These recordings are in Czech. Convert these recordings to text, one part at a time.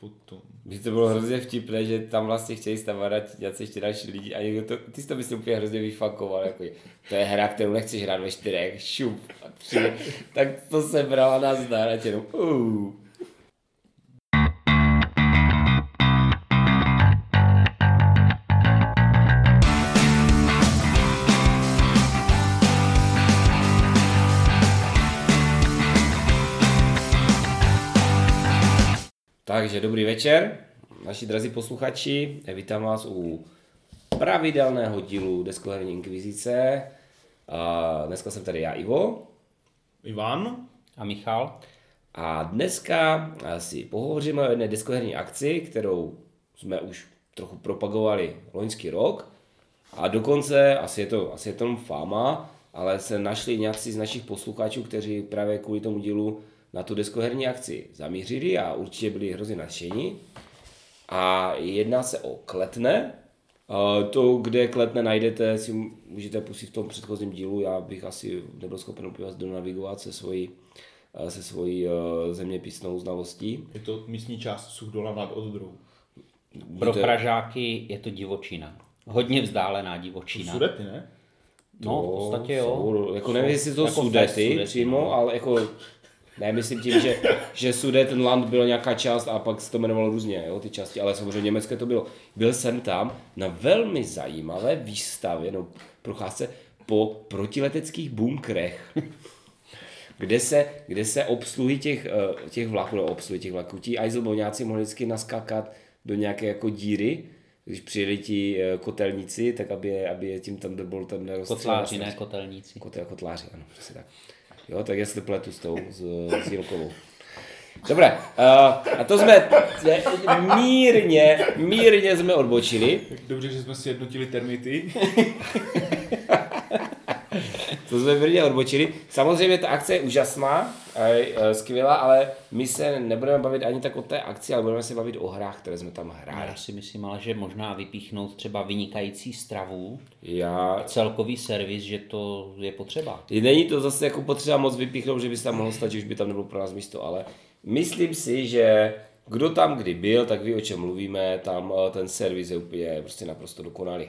potom. By to bylo hrozně vtipné, že tam vlastně chtějí stavat nějaké ještě další lidi a někdo to, ty jsi to myslím úplně hrozně vyfakoval, jako, to je hra, kterou nechceš hrát ve 4, šup, a přijde, tak to se brala na zdar a jenom Takže dobrý večer, naši drazí posluchači, vítám vás u pravidelného dílu Deskoherní inkvizice. A dneska jsem tady já, Ivo. Ivan. A Michal. A dneska si pohovoříme o jedné deskoherní akci, kterou jsme už trochu propagovali loňský rok. A dokonce, asi je to fáma, ale se našli nějací z našich posluchačů, kteří právě kvůli tomu dílu na tu deskoherní akci zamířili a určitě byli hrozně nadšení. A jedná se o Kletné. To, kde Kletné najdete, si můžete pustit v tom předchozím dílu. Já bych asi nebyl schopen úplně vás donavigovat se svojí zeměpisnou znalostí. Je to místní část Suchdola nad Odrou. Pro Pražáky je to divočina. Hodně vzdálená divočina. Sudety, ne? No, v podstatě jo. Jako nevím, jestli to jako Sudety přímo, no. Ale jako nemyslím tím, že Sudetenland byla nějaká část a pak se to jmenovalo různě, jo, ty části, ale samozřejmě německé to bylo. Byl jsem tam na velmi zajímavé výstavě, no, procházce po protileteckých bunkrech, kde se obsluhy těch vlaků, ti Eiselboňáci mohli vždycky naskákat do nějaké jako díry, když přijeli ti kotelníci, tak aby je tím tam byl ten nerozstřel. Kotláři, ne kotelníci. Kotláři, ano, přesně tak. Jo, tak já si to pletu s Jilkovou. Dobré, a to jsme mírně jsme odbočili. Dobře, že jsme si jednotili termity. To jsme mírně odbočili. Samozřejmě ta akce je úžasná, skvělá, ale my se nebudeme bavit ani tak o té akci, ale budeme se bavit o hrách, které jsme tam hráli. Já si myslím, ale že možná vypíchnout třeba vynikající stravu, a celkový servis, že to je potřeba. Není to zase jako potřeba moc vypíchnout, že by se tam mohlo stát, že už by tam nebylo pro nás místo, ale myslím si, že kdo tam kdy byl, tak ví, o čem mluvíme, tam ten servis je úplně prostě naprosto dokonalý.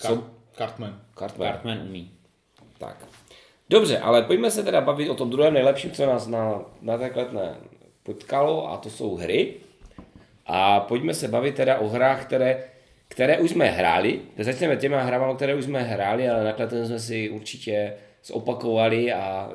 Cartman umí. Tak. Dobře, ale pojďme se teda bavit o tom druhém nejlepším, co nás na té Kletné potkalo, a to jsou hry. A pojďme se bavit teda o hrách, které už jsme hráli. Začneme těma hrama, které už jsme hráli, ale na Kletné jsme si určitě zopakovali a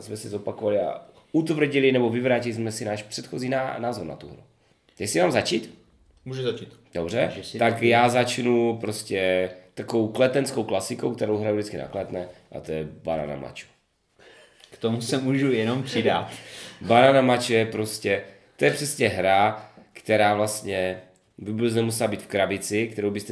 utvrdili nebo vyvrátili jsme si náš předchozí názor na tu hru. Jestli mám začít? Může začít. Dobře, tak já začnu prostě takovou kletenskou klasikou, kterou hraju vždycky na Kletné, a to je Banana Macho. K tomu se můžu jenom přidat. Banana Macho je prostě, to je přesně hra, která vlastně by vůbec nemusela být v krabici,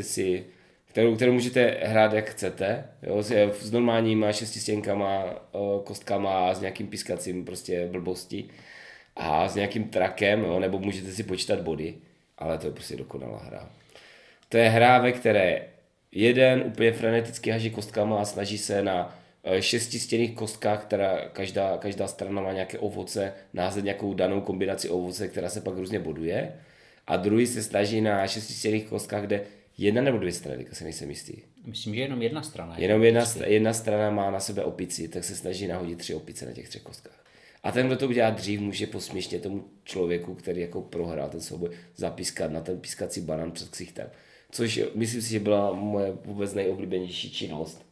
kterou můžete hrát jak chcete, jo, s normálníma šestistěnkama, kostkama a s nějakým pískacím prostě blbostí a s nějakým trakem, jo, nebo můžete si počítat body, ale to je prostě dokonalá hra. To je hra, ve které jeden úplně freneticky haží kostkama a snaží se na šestistěnných kostkách, která každá strana má nějaké ovoce, naházet nějakou danou kombinaci ovoce, která se pak různě boduje. A druhý se snaží na šestistěnných kostkách, kde jedna nebo dvě strany, tak se nejsem jistý. Myslím, že jenom jedna strana. Jenom jedna strana má na sebe opici, tak se snaží nahodit 3 opice na těch 3 kostkách. A ten, kdo to udělá dřív, může posměšně tomu člověku, který jako prohrál ten souboj, zapískat na ten pískací banán před ksichtem. Což myslím si, že byla moje vůbec nejoblíbenější činnost.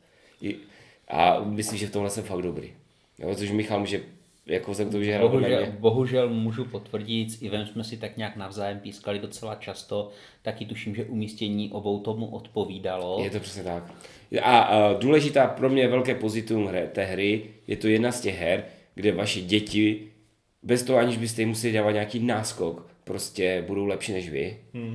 A myslím, že v tomhle jsem fakt dobrý. Jo, což Michal může jako za to, že bohužel můžu potvrdit, s Ivem jsme si tak nějak navzájem pískali docela často, taky tuším, že umístění obou tomu odpovídalo. Je to přesně tak. A důležitá pro mě velké pozitivum té hry, je to jedna z těch her, kde vaše děti, bez toho aniž byste jim museli dávat nějaký náskok, prostě budou lepší než vy.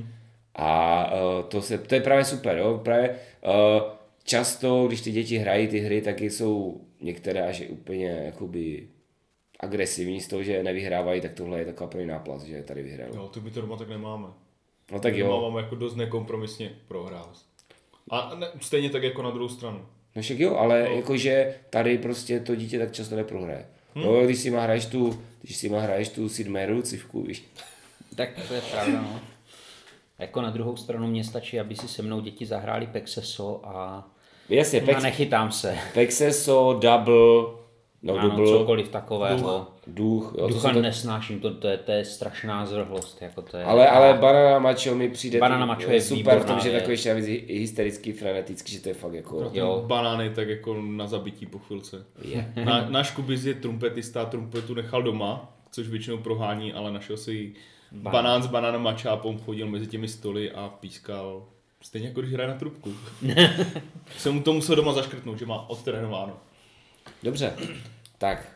A to je právě super, jo? Právě často, když ty děti hrají ty hry, tak jsou některé až úplně jakoby agresivní z toho, že nevyhrávají, tak tohle je taková první náplast, že tady vyhrál. Jo, to my to doma tak nemáme. No tak jo. Máme jako dost nekompromisně prohrál. A stejně tak jako na druhou stranu. No však jo, ale jakože tady prostě to dítě tak často neprohraje. No, když si má hraješ tu Sidmeru, civku, víš. Tak to je pravda, no. Jako na druhou stranu mě stačí, aby si se mnou děti zahráli Pexeso a Jasně, nechytám se. Pexeso, Double, Ano, cokoliv takového. Duch. Jo, Ducha nesnáším, to je strašná zvrhlost. Jako to je, ale Banana Macho mi přijde Banana Macho je super v tom, že je věc. takový ještě navíc hysterický, frenetický, že to je fakt jako... Jo. Banány tak jako na zabití po chvilce. Náš Kubiz je trumpetista, trumpetu nechal doma, což většinou prohání, ale našel si banán s Banana Mačápom, chodil mezi těmi stoly a pískal. Stejně jako když hraje na trubku. Jsem mu to musel doma zaškrtnout, že má odtrénováno. Dobře, tak.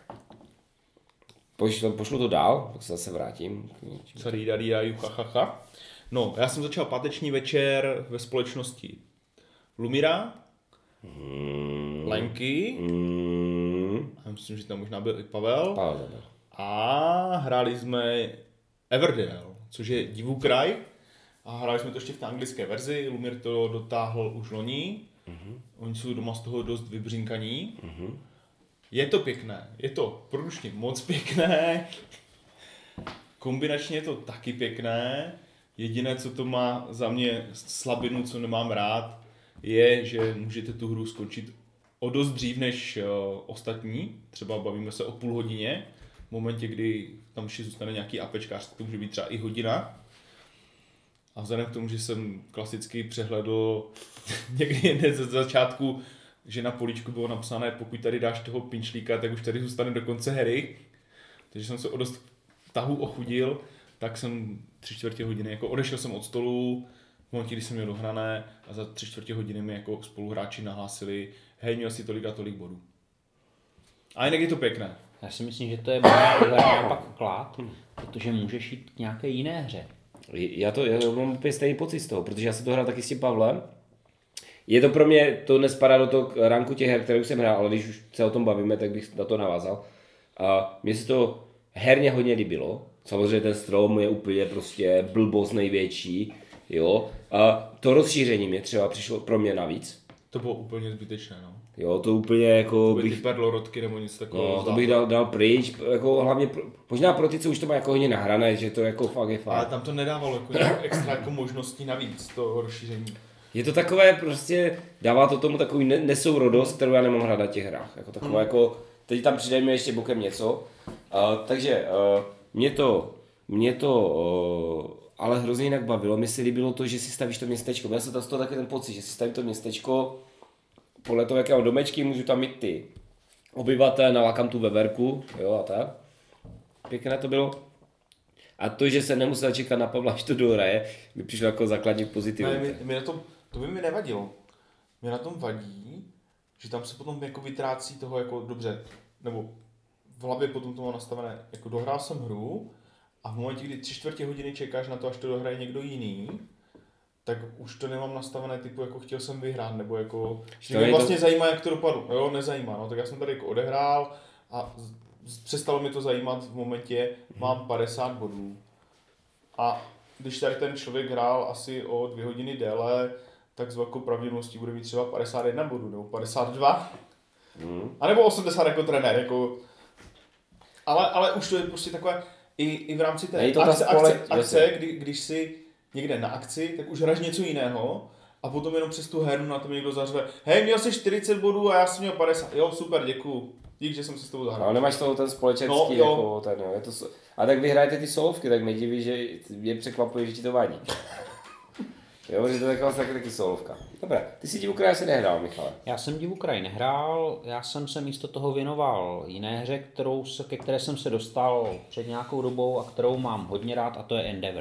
Pošlu to dál, pak se zase vrátím. Ha. No, já jsem začal páteční večer ve společnosti Lumira, Lenky, já myslím, že tam možná byl i Pavel. A hráli jsme Everdale, což je Divů kraj. A hráli jsme to ještě v té anglické verzi, Lumir to dotáhl už loni. Oni jsou doma z toho dost vybřinkaní. Je to pěkné, je to produčně moc pěkné, kombinačně je to taky pěkné. Jediné, co to má za mě slabinu, co nemám rád, je, že můžete tu hru skončit o dost dřív než ostatní. Třeba bavíme se o půl hodině. V momentě, kdy tam ještě zůstane nějaký APčkář, to může být třeba i hodina. A vzhledem k tomu, že jsem klasicky přehledl někdy hned ze začátku, že na políčku bylo napsané, pokud tady dáš toho pinčlíka, tak už tady zůstane do konce hry. Takže jsem se o dost tahu ochudil, tak jsem 3/4 hodiny, jako odešel jsem od stolu, v momentě, kdy jsem měl dohrané a za 3/4 hodiny mi jako spoluhráči nahlásili, hej, měl si tolik a tolik bodů. A jinak je to pěkné. Já si myslím, že to je naopak klad, protože můžeš jít k nějaké jiné hře. Já mám úplně stejný pocit z toho, protože já jsem to hrál taky s tím Pavlem. Je to pro mě, to nespadá do toho ranku těch her, které už jsem hrál, ale když už se o tom bavíme, tak bych na to navázal. A mně se to herně hodně líbilo. Samozřejmě ten strom je úplně prostě blbost největší, jo. A to rozšíření mě třeba přišlo pro mě navíc. To bylo úplně zbytečné, no. Jo, to úplně jako bych... Ty perlorodky nebo něco takového. No, to bych dal pryč, jako hlavně, možná pro ty, co už to má jako hodně nahrané, že to jako fakt je fakt. Ale tam to nedávalo jako extra jako možností navíc, to rozšíření. Je to takové prostě, dává to tomu takový nesourodost, kterou já nemám hrát na těch hrách. Jako takové jako, teď tam přidejme ještě bokem něco. Takže mě to ale hrozně jinak bavilo. Mně se líbilo to, že si stavíš to městečko. Měl jsem to z toho taky ten pocit, že si stavím to městečko, podle toho, jakého domečky, můžu tam mít ty obyvatel, nalakám tu veverku, jo a tak. Pěkné to bylo. A to, že se nemusel čekat na Pavla, až to dohraje, mi přišlo jako základní pozitivum. Ne, to by mi nevadilo. Mě na tom vadí, že tam se potom jako vytrácí toho jako dobře, nebo v hlavě potom to mám nastavené, jako dohrál jsem hru a v momentě, kdy 3/4 hodiny čekáš na to, až to dohraje někdo jiný, tak už to nemám nastavené typu, jako chtěl jsem vyhrát, nebo jako, že mě vlastně zajímá, jak to dopadlo. Jo, nezajímá, no, tak já jsem tady jako odehrál a přestalo mi to zajímat v momentě, mám 50 bodů. A když tady ten člověk hrál asi o 2 hodiny déle, tak s velkou pravděpodobností bude mít třeba 51 bodů, nebo 52. A nebo 80 jako trenér, jako... Ale už to je prostě takové, i v rámci té akce, když si někde na akci, tak už hraješ něco jiného a potom jenom přes tu hernu na tom někdo zařve, hej, měl jsi 40 bodů a já jsem měl 50, jo, super, děkuju. Dík, že jsem si s tebou zahrál. Ale nemáš toho ten společenský, no, jako ten, jo. Je to, a tak vy hrajete ty solovky, tak nediví, že mě překvapuje, že ti to vadí. Jo, že to je taky solovka. Dobré, ty si Divu kraj asi nehrál, Michale. Já jsem Divu kraj nehrál, já jsem se místo toho věnoval jiné hře, ke které jsem se dostal před nějakou dobou a kterou mám hodně rád, a to je Endeavor.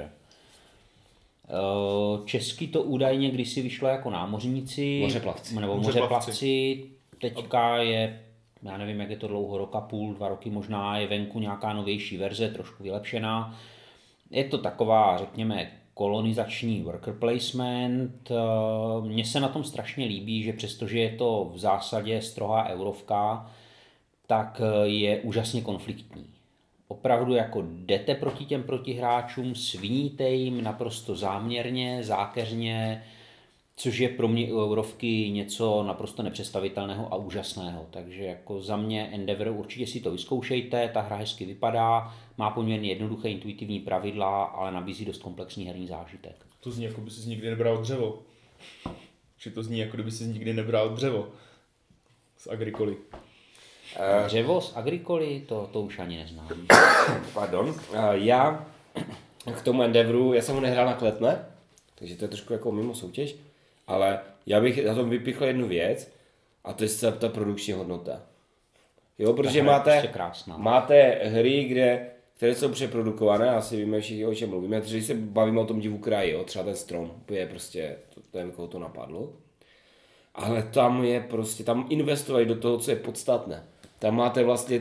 Česky to údajně kdysi vyšlo jako Námořníci, nebo Mořeplavci. Teďka je, já nevím, jak je to dlouho, rok a půl, 2 roky možná, je venku nějaká novější verze, trošku vylepšená. Je to taková, řekněme, kolonizační worker placement. Mně se na tom strašně líbí, že přestože je to v zásadě strohá eurovka, tak je úžasně konfliktní. Opravdu jako jdete proti těm protihráčům, sviníte jim naprosto záměrně, zákeřně, což je pro mě u eurovky něco naprosto nepředstavitelného a úžasného. Takže jako za mě Endeavor, určitě si to vyzkoušejte, ta hra hezky vypadá, má poměrně jednoduché intuitivní pravidla, ale nabízí dost komplexní herní zážitek. To zní, jako by jsi nikdy nebral dřevo. Že to zní, jako kdyby jsi nikdy nebral dřevo. Z Agricoly. Dřevo z Agricoly, to už ani neznám. Pardon. Já k tomu Endeavoru, já jsem ho nehrál na Kletné, takže to je trošku jako mimo soutěž, ale já bych na tom vypichl jednu věc, a to je ta produkční hodnota. Jo, protože máte hry, které jsou přeprodukované, asi víme všichni, o čem mluvíme, protože se bavíme o tom Divu kraji, jo, třeba ten Strom, je prostě, to nevím, koho to napadlo, ale tam je prostě, tam investovali do toho, co je podstatné. Tam máte vlastně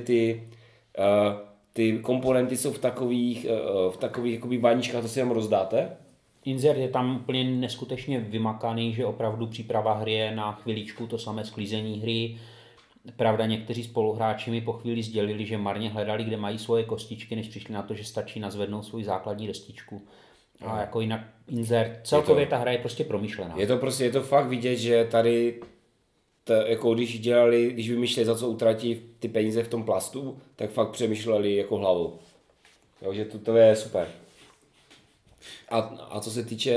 ty komponenty jsou v takových jakoby vaničkách, to si jenom rozdáte. Insert je tam úplně neskutečně vymakaný, že opravdu příprava hry je na chviličku, to samé sklízení hry. Pravda, někteří spoluhráči mi po chvíli sdělili, že marně hledali, kde mají svoje kostičky, než přišli na to, že stačí nazvednout svou základní destičku. A jako jinak Insert, celkově ta hra je prostě promyšlená. Je to fakt vidět, že tady jako když vymýšleli, za co utratí ty peníze v tom plastu, tak fakt přemýšleli jako hlavou. Jo, že to je super. A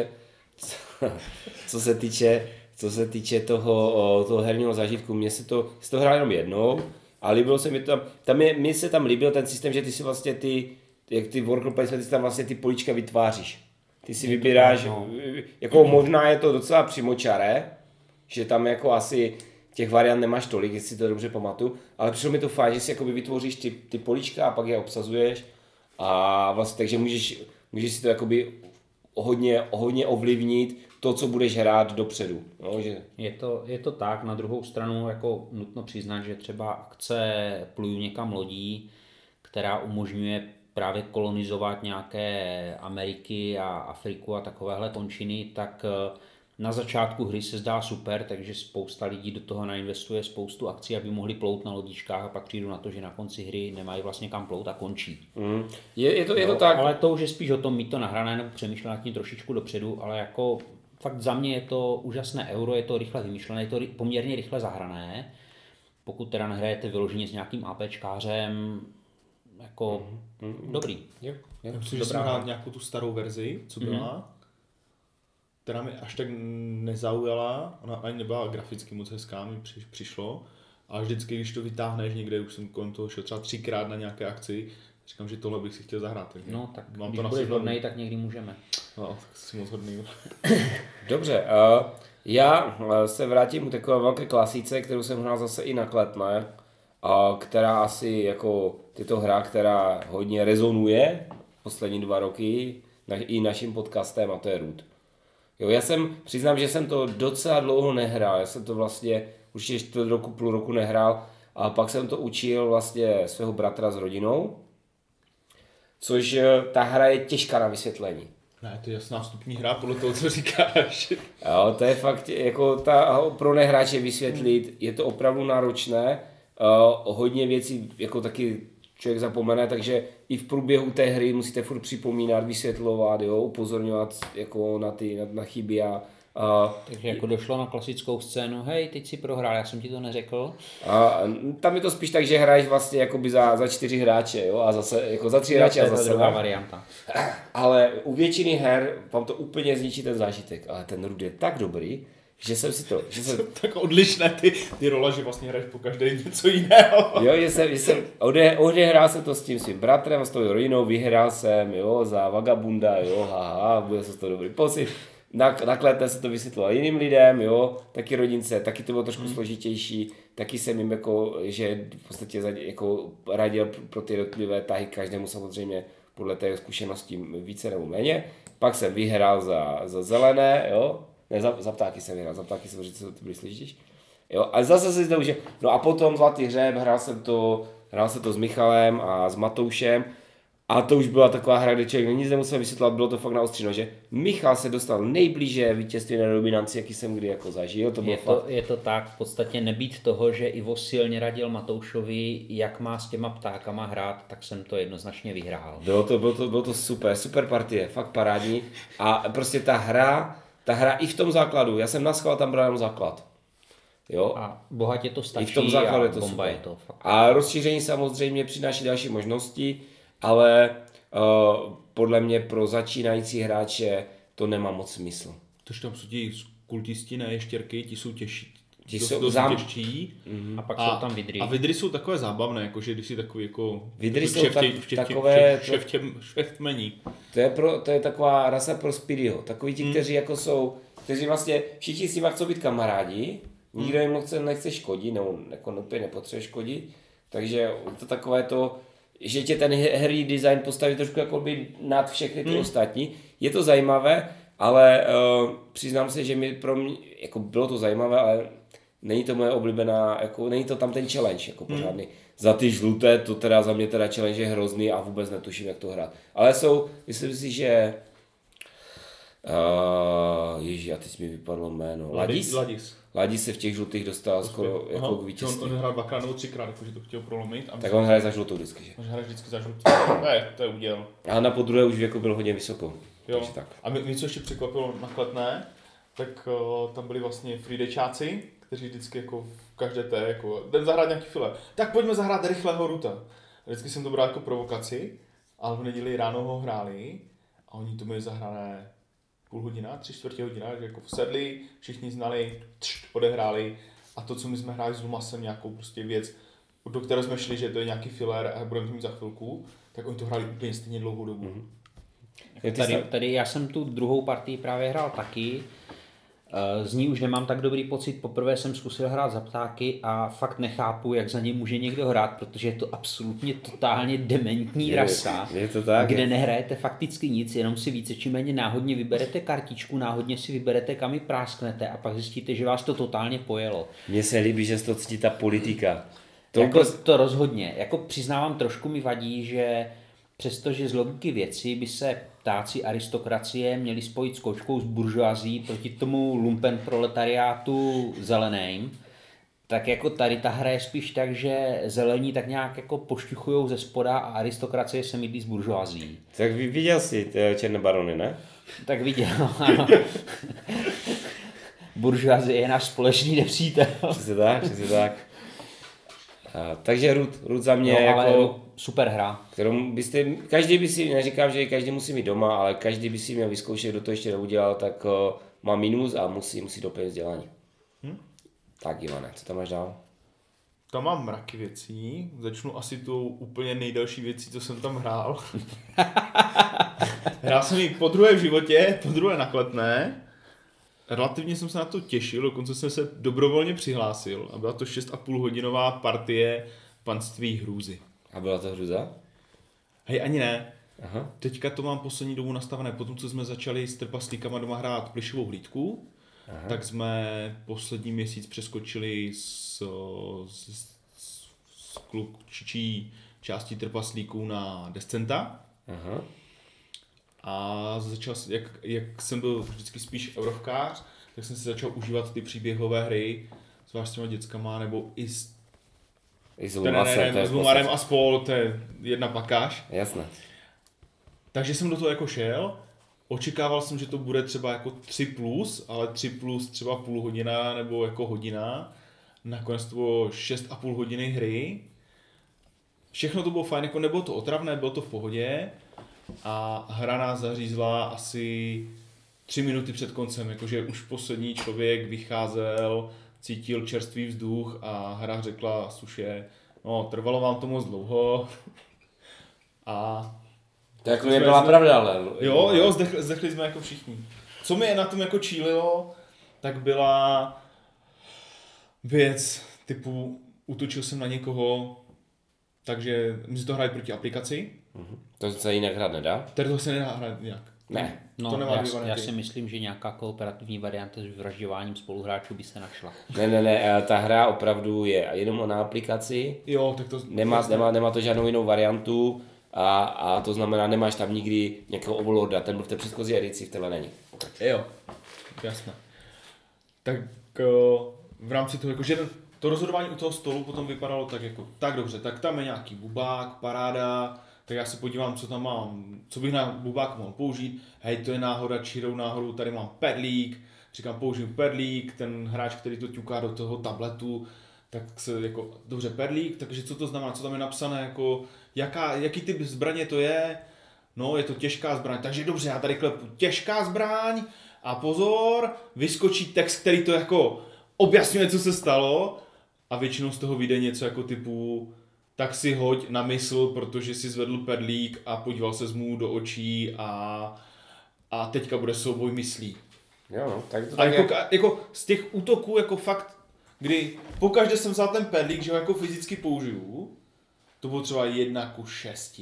co se týče toho herního zážitku, mně se to hrál jenom jednou a líbilo se mi to mně se tam líbil ten systém, že ty si vlastně jak ty worker placement, ty si tam vlastně ty políčka vytváříš. Ty si vybíráš, jako možná je to docela přímočaré, že tam jako asi těch variant nemáš tolik, jestli to dobře pamatuju, ale přišlo mi to fajn, že si jakoby vytvoříš ty políčka a pak je obsazuješ a vlastně takže můžeš si to jakoby hodně ovlivnit to, co budeš hrát dopředu. No, že... Je to tak, na druhou stranu jako nutno přiznat, že třeba akce Pluju někam lodí, která umožňuje právě kolonizovat nějaké Ameriky a Afriku a takovéhle končiny, tak na začátku hry se zdá super, takže spousta lidí do toho nainvestuje spoustu akcí, aby mohli plout na lodičkách a pak přijdu na to, že na konci hry nemají vlastně kam plout a končí. Je to tak. Ale to už je spíš o tom mít to nahrané nebo přemýšlet nad tím trošičku dopředu, ale jako fakt za mě je to úžasné euro, je to rychle vymyšlené, je to poměrně rychle zahrané. Pokud teda nehrajete vyloženě s nějakým APčkářem, jako dobrý. Já myslím, že jsem hrál nějakou tu starou verzi, co byla, která mi až tak nezaujala, ona ani nebyla graficky moc hezká, mi přišlo. A vždycky, když to vytáhneš někde, už jsem kolem toho šel třeba 3krát na nějaké akci, říkám, že tohle bych si chtěl zahrát. Takže no tak když to budeš hodnej, tak někdy můžeme. No, tak jsi moc hodný. Dobře, já se vrátím k takové velké klasice, kterou jsem hrál zase i na Kletné, která asi jako tyto hra, která hodně rezonuje poslední 2 roky i naším podcastem, a to je Root. Jo, přiznám, že jsem to docela dlouho nehrál, já jsem to vlastně už půl roku nehrál a pak jsem to učil vlastně svého bratra s rodinou, což ta hra je těžká na vysvětlení. Ne, to je jasná vstupní hra podle toho, co říkáš. Jo, to je fakt, jako pro nehráče vysvětlit, je to opravdu náročné, hodně věcí jako taky člověk zapomene, takže i v průběhu té hry musíte furt připomínat, vysvětlovat, jo, upozorňovat jako na chyby takže jako došlo na klasickou scénu, hej, teď si prohrál, já jsem ti to neřekl. A tam je to spíš tak, že hraješ vlastně jakoby za 4 hráče, jo, a zase jako za 3 hráče a zase druhá varianta. Ale u většiny her vám to úplně zničí ten zážitek, ale ten Root je tak dobrý, že jsem si to... tak odlišné ty role, že vlastně hraješ po každé něco jiného. Jo, že jsem odehrál jsem to s tím svým bratrem, s tou rodinou, vyhrál jsem, jo, za Vagabunda, jo, haha, bude se to dobrý pocit. Na Kletné se to vysvětlilo jiným lidem, jo, taky rodince, taky to bylo trošku složitější, taky jsem jim jako, že v podstatě jako radil pro ty jednotlivé tahy každému samozřejmě podle té zkušenosti více nebo méně. Pak jsem vyhrál za zelené, jo, ne, za ptáky jsem vyhrál, za ptáky jsem říct, co to byli slyšíš. Jo, a zase si zde, že, no a potom Zlatý hřeb, hrál jsem to s Michalem a s Matoušem. A to už byla taková hra, kde člověk nic nemusel vysvětlovat, bylo to fakt na ostřino, že Michal se dostal nejblíže vítězství na dominanci, jaký jsem kdy jako zažil. Je to tak, v podstatě nebýt toho, že Ivo silně radil Matoušovi, jak má s těma ptákama hrát, tak jsem to jednoznačně vyhrál. Bylo to super partie, fakt parádní. A prostě ta hra i v tom základu, já jsem naschvál tam bral jenom základ. Jo? A bohatě to stačí. I v tom základu je to bomba super. Je to fakt. A rozšíření samozřejmě přináší další možnosti, ale podle mě pro začínající hráče to nemá moc smysl. Tož tam jsou ti kultisti, ne ještěrky, ti jsou těžší. Ti jsou těžší. A pak jsou tam vidry. A vidry jsou takové zábavné, jakože když si takový jako... Vidry jsou takové... Šeftmení. To je taková rasa pro Speedyho. Takoví ti, kteří jako jsou... Kteří vlastně všichni s nimi chcou být kamarádi. Nikdo jim nechce škodit, nebo jako úplně nepotřebuje škodit. Takže to takové to... Že tě ten herní design postaví trošku jako by nad všechny ty ostatní. Je to zajímavé, ale přiznám se, že pro mě jako bylo to zajímavé, ale není to moje oblíbená, jako není to tam ten challenge jako pořádný. Za ty žluté, to teda za mě teda challenge je hrozný a vůbec netuším, jak to hrát. Ale myslím si, že ježi, a teď mi vypadlo jméno. Ladis se v těch žlutých dostal skoro jako k vítězství. On hrál 2x nebo 3x, jakože to chtěl prolomit. Tak on hraje za žlutou vždycky, že? On hraje vždycky za žlutou. To je uděl. A na podruhé už jako byl hodně vysoko. Jo. Tak. A mě co ještě překvapilo na Kletné, tak tam byli vlastně freedečáci, kteří vždycky jako v každé té, jako jdem zahrát nějaký file. Tak pojďme zahrát rychlého ruta. Vždycky jsem to bral jako provokaci, ale v neděli ráno ho hráli a oni to měli zahrané půl hodina, 3/4 hodina, že jako sedli, všichni znali, odehráli a to, co my jsme hráli s Lumasem, nějakou prostě věc, do které jsme šli, že to je nějaký filler a budeme to mít za chvilku, tak oni to hráli úplně stejně dlouhou dobu. Tady já jsem tu druhou partii právě hrál taky. Z ní už nemám tak dobrý pocit. Poprvé jsem zkusil hrát za ptáky a fakt nechápu, jak za ně může někdo hrát, protože je to absolutně totálně dementní rasa, kde nehrajete fakticky nic, jenom si více či méně náhodně vyberete kartičku, náhodně si vyberete, kam ji prásknete a pak zjistíte, že vás to totálně pojelo. Mně se líbí, že to ctí ta politika. To rozhodně. Jako přiznávám, trošku mi vadí, že přestože z logiky věci by se ptáci aristokracie měli spojit s kočkou z buržoazí proti tomu lumpen proletariátu zeleným, tak jako tady ta hra je spíš tak, že zelení tak nějak jako pošťuchujou ze spoda a aristokracie se mydlí z buržoazí. Tak viděl jsi Černé barony, ne? Tak viděl, ano. Buržoazie je náš společný nepřítel. Přesně tak. Takže Root za mě jako super hra. Kterou každý by si, neříkám, že každý musí mít doma, ale každý by si měl vyzkoušet, kdo to ještě neudělal, tak má minus a musí doplnit vzdělání. Tak Ivane, co tam máš dál? Tam mám mraky věcí, začnu asi tou úplně nejdelší věcí, co jsem tam hrál. Hrál jsem ji podruhé v životě, podruhé na Kletné. Relativně jsem se na to těšil, dokonce jsem se dobrovolně přihlásil a byla to 6,5 hodinová partie Panství hrůzy. A byla to hrůza? Hej, ani ne. Aha. Teďka to mám poslední dobu nastavené. Potom, co jsme začali s trpaslíkama doma hrát plišovou hlídku, tak jsme poslední měsíc přeskočili z klubčičí části trpaslíků na Descenta. Aha. A začal, jak jsem byl vždycky spíš eurovkář, tak jsem si začal užívat ty příběhové hry, zvlášť s těma dětskama, nebo i s Lumarem a spol, to je jedna pakáž. Jasné. Takže jsem do toho jako šel, očekával jsem, že to bude třeba jako 3+, ale 3+ třeba půl hodina nebo jako hodina. Nakonec to bylo 6,5 hodiny hry. Všechno to bylo fajn, jako nebylo to otravné, bylo to v pohodě. A hra nás zařízla asi 3 minuty před koncem, jakože už poslední člověk vycházel, cítil čerstvý vzduch a hra řekla suše, no trvalo vám to moc dlouho. A to jako nebyla pravda, ale... Jo, zdechli jsme jako všichni. Co mě na tom jako čílilo, tak byla věc typu útočil jsem na někoho, takže my si to hrají proti aplikaci. To se jinak hrát nedá? Tady to se nedá hrát nějak. Ne. No, to nemá já si myslím, že nějaká kooperativní varianta s vyvražďováním spoluhráčů by se našla. Ne, ta hra opravdu je jenom na aplikaci. Jo, tak to... Nemá to žádnou jinou variantu a to znamená, nemáš tam nikdy nějakého overlorda, ten byl v té předchozí edici, v téhle není. Jo, jasné. Tak v rámci toho, jakože to rozhodování u toho stolu potom vypadalo tak jako, tak dobře, tak tam je nějaký bubák, paráda, tak já se podívám, co tam mám, co bych na bubák mohl použít. Hej, to je náhoda, čirou náhodou, tady mám perlík, říkám, použiju perlík, ten hráč, který to ťuká do toho tabletu, tak se jako, dobře, perlík, takže co to znamená, co tam je napsané, jako, jaký typ zbraně to je, no je to těžká zbraň, takže dobře, já tady klepu těžká zbraň a pozor, vyskočí text, který to jako objasňuje, co se stalo a většinou z toho vyjde něco jako typu tak si hoď na mysl, protože si zvedl perlík a podíval se mu do očí a teďka bude souboj myslí. Jo, no, tak to a jako z těch útoků jako fakt, kdy pokaždé jsem vzal ten perlík, že ho jako fyzicky použiju, to bylo třeba 1:6.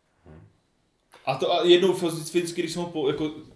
A jednou fyzicky, když jsem ho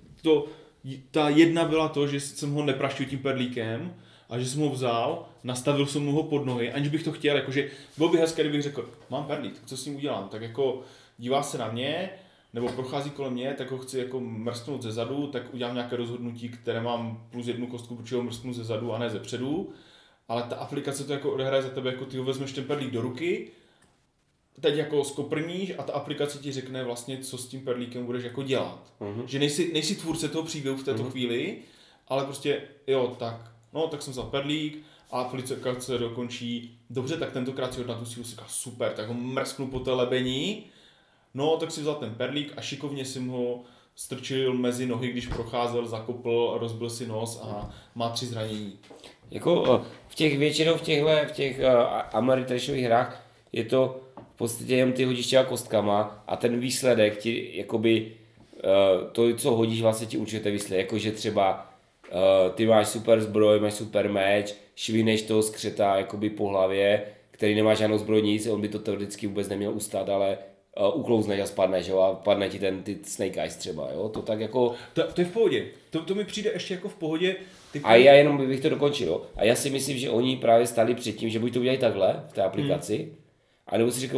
ta jedna byla to, že jsem ho nepraštil tím perlíkem a že jsem ho vzal, nastavil jsem mu ho pod nohy, aniž bych to chtěl, jakože bylo by hezké, kdybych řekl, mám perlík, co s ním udělám, tak jako dívá se na mě, nebo prochází kolem mě, tak ho chci jako mrsknout ze zadu, tak udělám nějaké rozhodnutí, které mám plus 1 kostku, protože ho mrsknu ze zadu a ne ze předu, ale ta aplikace to jako odehraje za tebe, jako ty ho vezmeš ten perlík do ruky, teď jako skoprníš a ta aplikace ti řekne vlastně, co s tím perlíkem budeš jako dělat. Že nejsi tvůrce toho příběhu v této chvíli, ale prostě jo, tak jsem vzal perlík a aplikace dokončí, dobře, tak tentokrát si hodná tu sílu, si říká super, tak ho mrsknu po té lebení, no tak si vzal ten perlík a šikovně jsem ho strčil mezi nohy, když procházel, zakopl, rozbil si nos a má 3 zranění. Jako většinou v těch ameritrashových hrách je to v podstatě jen ty hodíš těma kostkama a ten výsledek ti jakoby to, co hodíš, vlastně ti určitě výsledek, jakože třeba ty máš super zbroj, máš super meč, švihneš toho skřeta jakoby po hlavě, který nemá žádnou zbroj nic, on by to teoreticky vůbec neměl ustát, ale uklouzneš a spadneš, jo, a padne ti ty Snake Eyes třeba, jo, to tak jako... To je v pohodě, to mi přijde ještě jako v pohodě. A já jenom bych to dokončil, jo, a já si myslím, že oni právě stali před tím, že buď to udělají takhle v té aplikaci, anebo si řekl,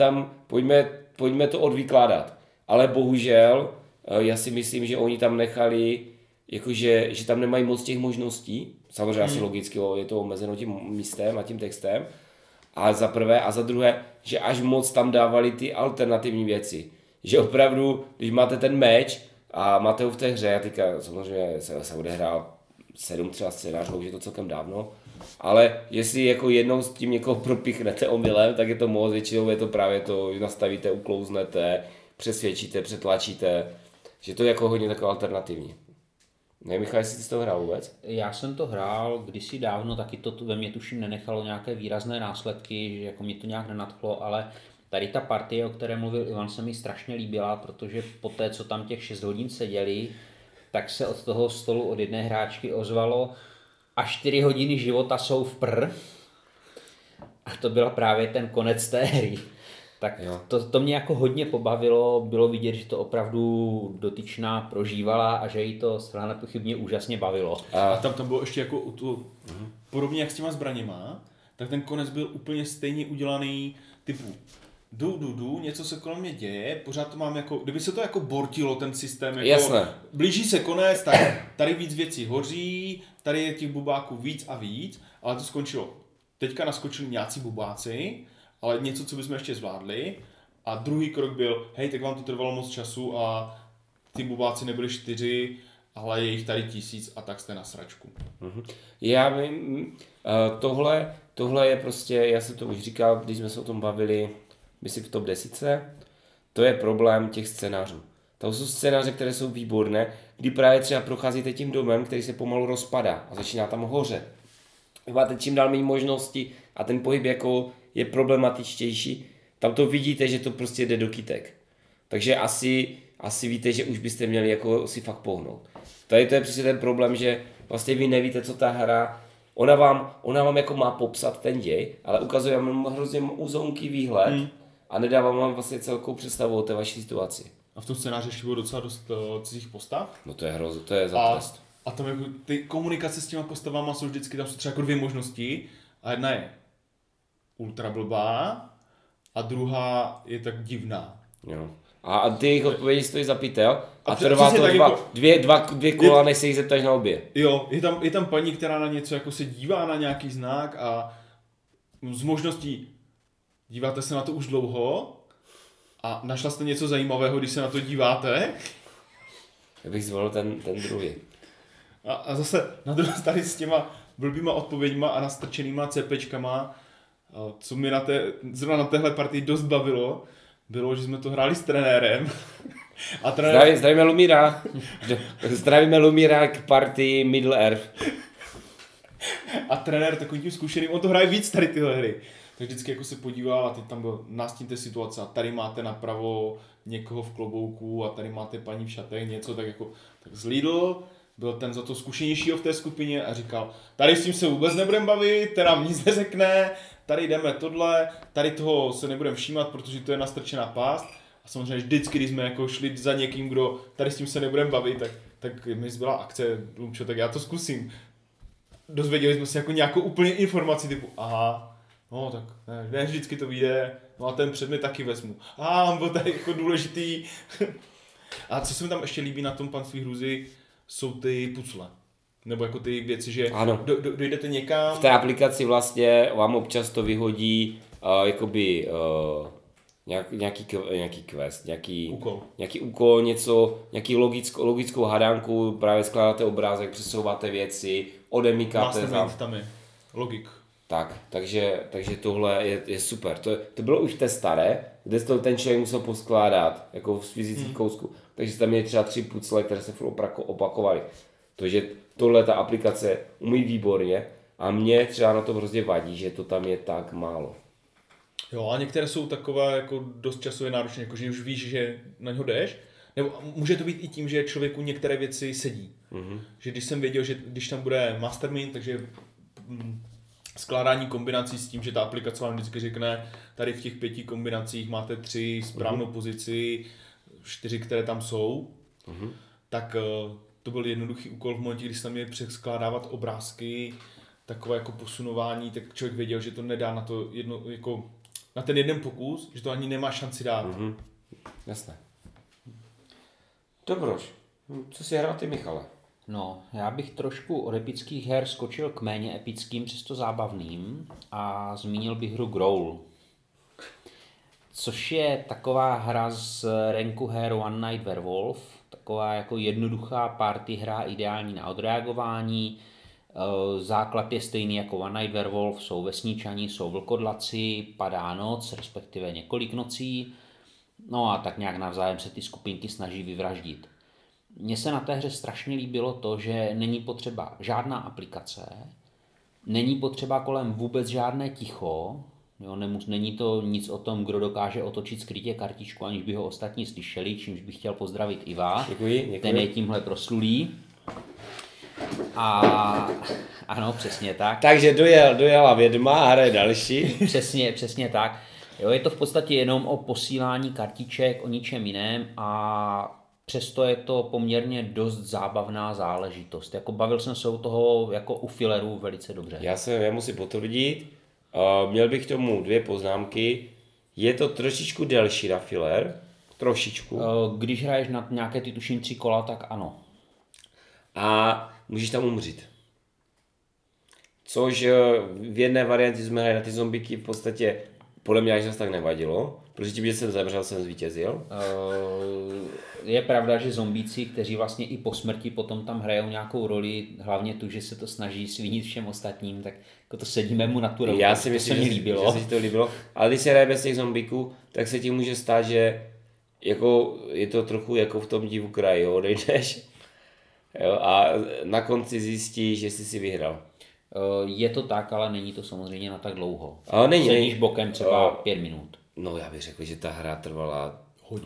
pojďme to odvykládat, ale bohužel, já si myslím, že oni tam nechali, jakože, že tam nemají moc těch možností, samozřejmě asi logicky, jo, je to omezeno tím místem a tím textem, a za prvé a za druhé, že až moc tam dávali ty alternativní věci. Že opravdu, když máte ten meč a máte ho v té hře, a teďka samozřejmě se odehrál 7 třeba scénářů, už je to celkem dávno, ale jestli jako jednou s tím někoho propichnete omylem, tak je to moc, většinou je to právě to, že nastavíte, uklouznete, přesvědčíte, přetlačíte, že to je jako hodně takové alternativní. Ne, Michal, jestli jsi to hrál vůbec? Já jsem to hrál kdysi dávno, taky to ve mně tuším nenechalo nějaké výrazné následky, že jako mě to nějak nenadchlo, ale tady ta partie, o které mluvil Ivan, se mi strašně líbila, protože po té, co tam těch 6 hodin seděli, tak se od toho stolu od jedné hráčky ozvalo a 4 hodiny života jsou v prr. A to byl právě ten konec té hry. Tak to mě jako hodně pobavilo, bylo vidět, že to opravdu dotyčná prožívala a že jí to zcela nepochybně úžasně bavilo. A tam bylo ještě jako podobně jak s těma zbraněma, tak ten konec byl úplně stejně udělaný typu jdu, něco se kolem mě děje, pořád to mám jako, kdyby se to jako bortilo ten systém, jako jasné. Blíží se konec, tak tady víc věcí hoří, tady je těch bubáků víc a víc, ale to skončilo. Teďka naskočili nějací bubáci, ale něco, co bychom ještě zvládli. A druhý krok byl, hej, tak vám to trvalo moc času a ty bubáci nebyly 4, ale je jich tady 1000 a tak jste na sračku. Já vím, tohle je prostě, já jsem to už říkal, když jsme se o tom bavili, myslím v top 10, to je problém těch scénářů. To jsou scénáře, které jsou výborné, kdy právě třeba procházíte tím domem, který se pomalu rozpadá a začíná tam hořet. Máte čím dál méně možností a ten pohyb jako je problematičtější, tam to vidíte, že to prostě jde do kytek. Takže asi víte, že už byste měli jako si fakt pohnout. Tady to je přesně ten problém, že vlastně vy nevíte, co ta hra, ona vám jako má popsat ten děj, ale ukazuje vám hrozně úzounký výhled a nedává vám vlastně celkou představu o té vaší situaci. A v tom scénáři ještě bylo docela dost cizích postav. No to je za trest. A tam jako ty komunikace s těma postavama jsou vždycky, tam jsou třeba jako 2 možnosti a jedna je ultra blbá a druhá je tak divná. Jo. A ty jejich odpovědi stojí za pytel a trvá to dvě kola, než se jich zeptáš na obě. Jo, je tam paní, která na něco jako se dívá na nějaký znak a z možností díváte se na to už dlouho a našla jste něco zajímavého, když se na to díváte. Já bych zvolil ten druhý. A zase na druhé tady s těma blbýma odpověďma a nastrčenýma CPčkama, co mi zrovna na téhle partii dost bavilo, bylo, že jsme to hráli s trenérem A zdravíme Lumíra. Zdravíme Lumíra k partii Middle Earth. A trenér takovým tím zkušeným, on to hraje víc tady tyhle hry. Tak vždycky jako se podíval a teď tam byl nástíňte situace a tady máte napravo někoho v klobouku a tady máte paní v šatech, něco tak jako tak zlídl, byl ten za to zkušenějšího v té skupině a říkal, tady s tím se vůbec nebudeme bavit, ten nám nic neřekne, tady jdeme tohle, tady toho se nebudeme všímat, protože to je nastrčená pást. A samozřejmě vždycky, když jsme jako šli za někým, kdo tady s tím se nebudeme bavit, tak mi zbyla akce, Lumčo, tak já to zkusím. Dozvěděli jsme si jako nějakou úplně informaci typu, aha, no tak ne, vždycky to vyjde, no a ten předmět taky vezmu. On byl tady jako důležitý. A co se mi tam ještě líbí na tom Panství hruzy, jsou ty pucle. Nebo jako ty věci, že dojdete někam. V té aplikaci vlastně vám občas to vyhodí jakoby nějaký quest, nějaký úkol, něco, nějaký logickou hadanku, právě skládáte obrázek, přesouváte věci, odemykáte tam je logik. Takže tohle je super. To bylo už v té staré, kde ten člověk musel poskládat jako v fyzických kousku. Takže tam je třeba 3 pucle, které se opakovaly. Takže tohle ta aplikace umí výborně a mě třeba na to hrozně vadí, že to tam je tak málo. Jo, a některé jsou takové jako dost časově náročné, jako že už víš, že na něho jdeš. Nebo může to být i tím, že člověku některé věci sedí. Mm-hmm. Že když jsem věděl, že když tam bude Mastermind, takže skládání kombinací s tím, že ta aplikace vám vždycky řekne, tady v těch 5 kombinacích máte 3 správnou pozici, 4, které tam jsou, tak to byl jednoduchý úkol v momentě, když se tam je přeskládávat obrázky, takové jako posunování, tak člověk věděl, že to nedá na to jedno, jako na ten jeden pokus, že to ani nemá šanci dát. Jasné. Dobroš, co si hrál ty, Michale? No, já bych trošku od epických her skočil k méně epickým, přesto zábavným a zmínil bych hru Growl. Což je taková hra z ranku her One Night Werewolf, taková jako jednoduchá party hra, ideální na odreagování. Základ je stejný jako One Night Werewolf, jsou vesničani, jsou vlkodlaci, padá noc, respektive několik nocí. No a tak nějak navzájem se ty skupinky snaží vyvraždit. Mně se na té hře strašně líbilo to, že není potřeba žádná aplikace, není potřeba kolem vůbec žádné ticho, jo, není to nic o tom, kdo dokáže otočit skrytě kartičku, aniž by ho ostatní slyšeli, čímž bych chtěl pozdravit Iva. Děkuji. Ten je tímhle proslulý. A ano, přesně tak. Takže dojela vědma a hraje další. Přesně tak. Jo, je to v podstatě jenom o posílání kartiček, o ničem jiném a přesto je to poměrně dost zábavná záležitost. Jako bavil jsem se u toho jako u fillerů velice dobře. Já musím potvrdit, měl bych k tomu 2 poznámky. Je to trošičku delší na filler, trošičku. Když hraješ na nějaké ty tuším 3 kola, tak ano. A můžeš tam umřít. Což v jedné variantě jsme hráli na ty zombíky v podstatě podle mě až zase tak nevadilo, protože tím, že jsem zemřel, jsem zvítězil. Je pravda, že zombíci, kteří vlastně i po smrti potom tam hrajou nějakou roli, hlavně tu, že se to snaží svinit všem ostatním, tak jako to sedíme mu na tu roli. Já si myslím, že se ti to líbilo. Ale když se hraje bez těch zombíků, tak se ti může stát, že jako je to trochu jako v tom divu kraji, jo, odejdeš jo, a na konci zjistíš, že jsi si vyhrál. Je to tak, ale není to samozřejmě na tak dlouho. Ale sedíš bokem třeba 5 minut. No já bych řekl, že ta hra trvala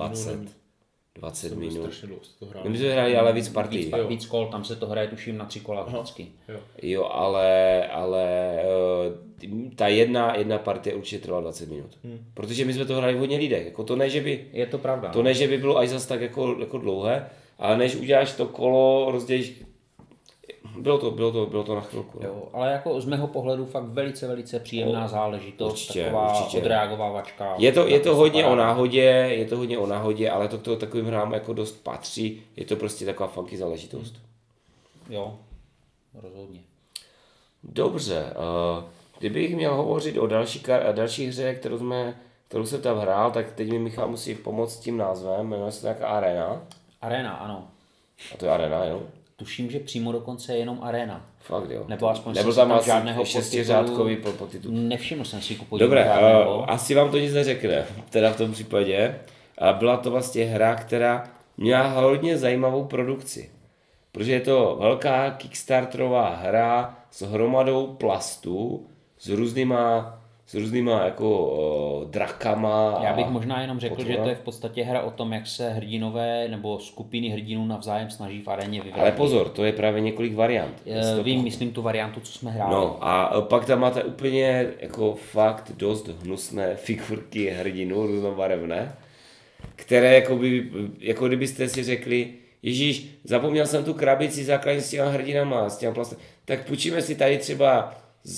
20 minut. My jsme hráli ale víc partí. Víc kol, tam se to hraje tuším na 3 kola vždycky. Jo, ale ta jedna partie určitě trvala 20 minut. Protože my jsme to hráli v hodně lidech. Jako to ne, že by, je to pravda. To ne, že by bylo až zas tak jako dlouhé, ale než uděláš to kolo, rozdělíš. Bylo to na chvilku. Jo, ale jako z mého pohledu fakt velice příjemná záležitost, určitě, taková odreagovávačka. Je to hodně o náhodě, ale to takovým hrám jako dost patří, je to prostě taková funky záležitost. Jo, rozhodně. Dobře, kdybych měl hovořit o další hře, kterou jsem tam hrál, tak teď mi Michal musí pomoct s tím názvem, jmenuje se nějaká Arena. Arena, ano. A to je Arena, jo? Tuším, že přímo dokonce je jenom Arena. Fakt jo. Nebo aspoň nebyl tam asi žádného šestiřádkový podtitul. Nevšiml jsem si ku podivu. Dobré, asi vám to nic neřekne, teda v tom případě. Byla to vlastně hra, která měla hodně zajímavou produkci. Protože je to velká kickstarterová hra s hromadou plastů, s různýma jako drakama. Já bych možná jenom řekl, že to je v podstatě hra o tom, jak se hrdinové nebo skupiny hrdinů navzájem snaží v aréně vyvrátit. Ale pozor, to je právě několik variant. Myslím tu variantu, co jsme hráli. No a pak tam máte úplně jako fakt dost hnusné figurky hrdinů různobarevné, které jako kdybyste si řekli, Ježíš, zapomněl jsem tu krabici základní s těma hrdinama, s těma plastem, tak půjčíme si tady třeba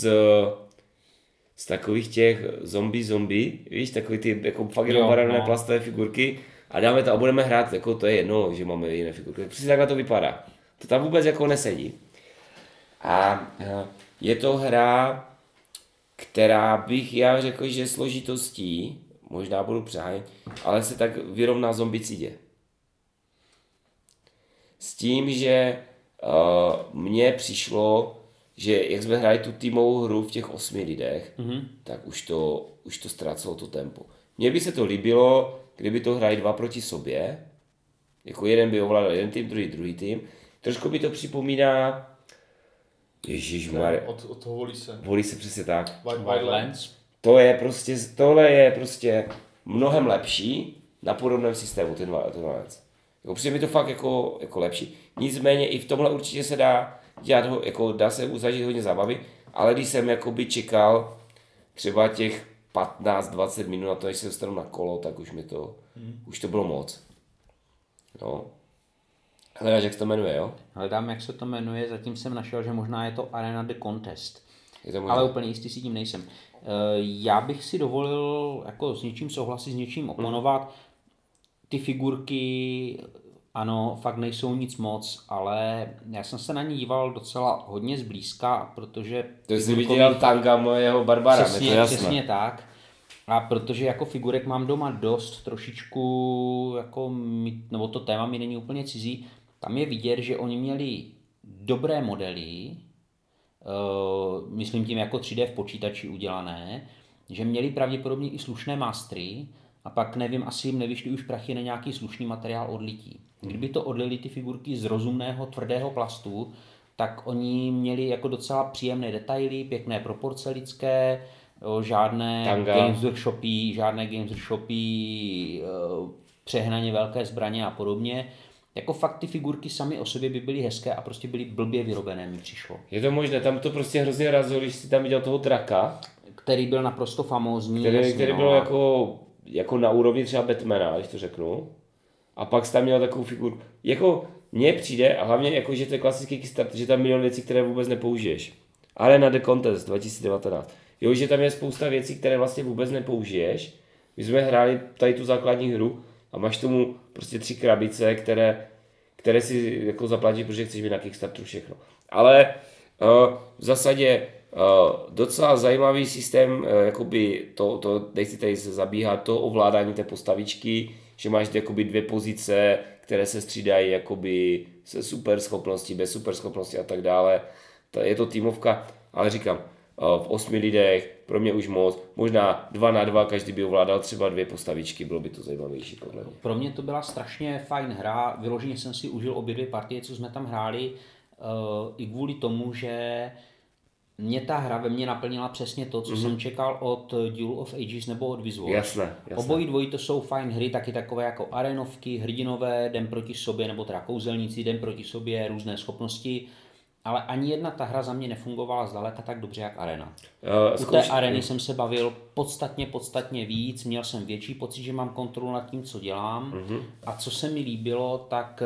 z takových těch zombie, víš, takový ty jako fakt jenom barevné plastové figurky a dáme to a budeme hrát, jako to je jedno, že máme jiné figurky. Přesně takhle to vypadá. To tam vůbec jako nesedí. A je to hra, která bych já řekl, že složitostí, možná budu přehánět, ale se tak vyrovná zombicidě. S tím, že mně přišlo, že jak jsme hráli tu týmovou hru v těch 8 lidech, tak už to ztrácelo to tempo. Mně by se to líbilo, kdyby to hráli 2 proti sobě, jako jeden by ovládal jeden tým, druhý tým. Trošku by to připomíná, ježišmarja. Od toho volí se přesně tak. Wildlands. Tohle je prostě mnohem lepší na podobném systému, ten Wildlands. Jako přijde mi to fakt jako lepší. Nicméně i v tomhle určitě se dá dělat, jako dá se zažít hodně zábavy, ale když jsem jakoby čekal třeba těch 15-20 minut na to, než se dostanu na kolo, tak už to bylo moc. No. Hledáš, jak se to jmenuje, jo? Hledám, jak se to jmenuje, zatím jsem našel, že možná je to Arena The Contest. Ale úplně jistý si tím nejsem. Já bych si dovolil jako s něčím souhlasit, s něčím oponovat. Ty figurky, ano, fakt nejsou nic moc, ale já jsem se na ní díval docela hodně zblízka, protože... To jsi viděl Tangamo jeho Barbara, přesně, to jasné. Přesně tak. A protože jako figurek mám doma dost, trošičku, jako nebo to téma mi není úplně cizí, tam je vidět, že oni měli dobré modely, myslím tím jako 3D v počítači udělané, že měli pravděpodobně i slušné mastery, a pak nevím, asi jim nevyšly už prachy na nějaký slušný materiál odlití. Kdyby to odlili ty figurky z rozumného tvrdého plastu, tak oni měli jako docela příjemné detaily, pěkné proporce lidské, žádné Games Workshopy, přehnaně velké zbraně a podobně. Jako fakt ty figurky samy o sobě by byly hezké a prostě byly blbě vyrobené, mi přišlo. Je to možné, tam to prostě hrozně razilo, když jsi tam viděl toho draka. Který byl naprosto famózní. Který byl jako na úrovni třeba Batmana, když to řeknu. A pak jsi tam měl takovou figurku. Jako mně přijde, a hlavně jako, že to je klasický Kickstarter, že tam milion věcí, které vůbec nepoužiješ. Arena The Contest 2019. Jo, že tam je spousta věcí, které vlastně vůbec nepoužiješ. My jsme hráli tady tu základní hru a máš tomu prostě 3 krabice, které si jako zaplatíš, protože chceš mít na Kickstarteru všechno. Ale v zásadě docela zajímavý systém, jakoby to nechci tady se zabíhat, to ovládání té postavičky, že máš jakoby 2 pozice, které se střídají jakoby se super schopností, bez super schopnosti a tak dále. Je to týmovka, ale říkám, v 8 lidech, pro mě už moc, možná 2 na 2, každý by ovládal třeba 2 postavičky, bylo by to zajímavější podle mě. Pro mě to byla strašně fajn hra, vyloženě jsem si užil obě 2 partie, co jsme tam hráli, i kvůli tomu, že mě ta hra ve mně naplnila přesně to, co jsem čekal od Duel of Ages nebo od Visual. Jasné. Obojí dvojí to jsou fajn hry, taky takové jako arenovky, hrdinové, jdem proti sobě, nebo teda kouzelníci, jdem proti sobě, různé schopnosti. Ale ani jedna ta hra za mě nefungovala zdaleka tak dobře jak Arena. U té Areny jsem se bavil podstatně víc, měl jsem větší pocit, že mám kontrolu nad tím, co dělám. A co se mi líbilo, tak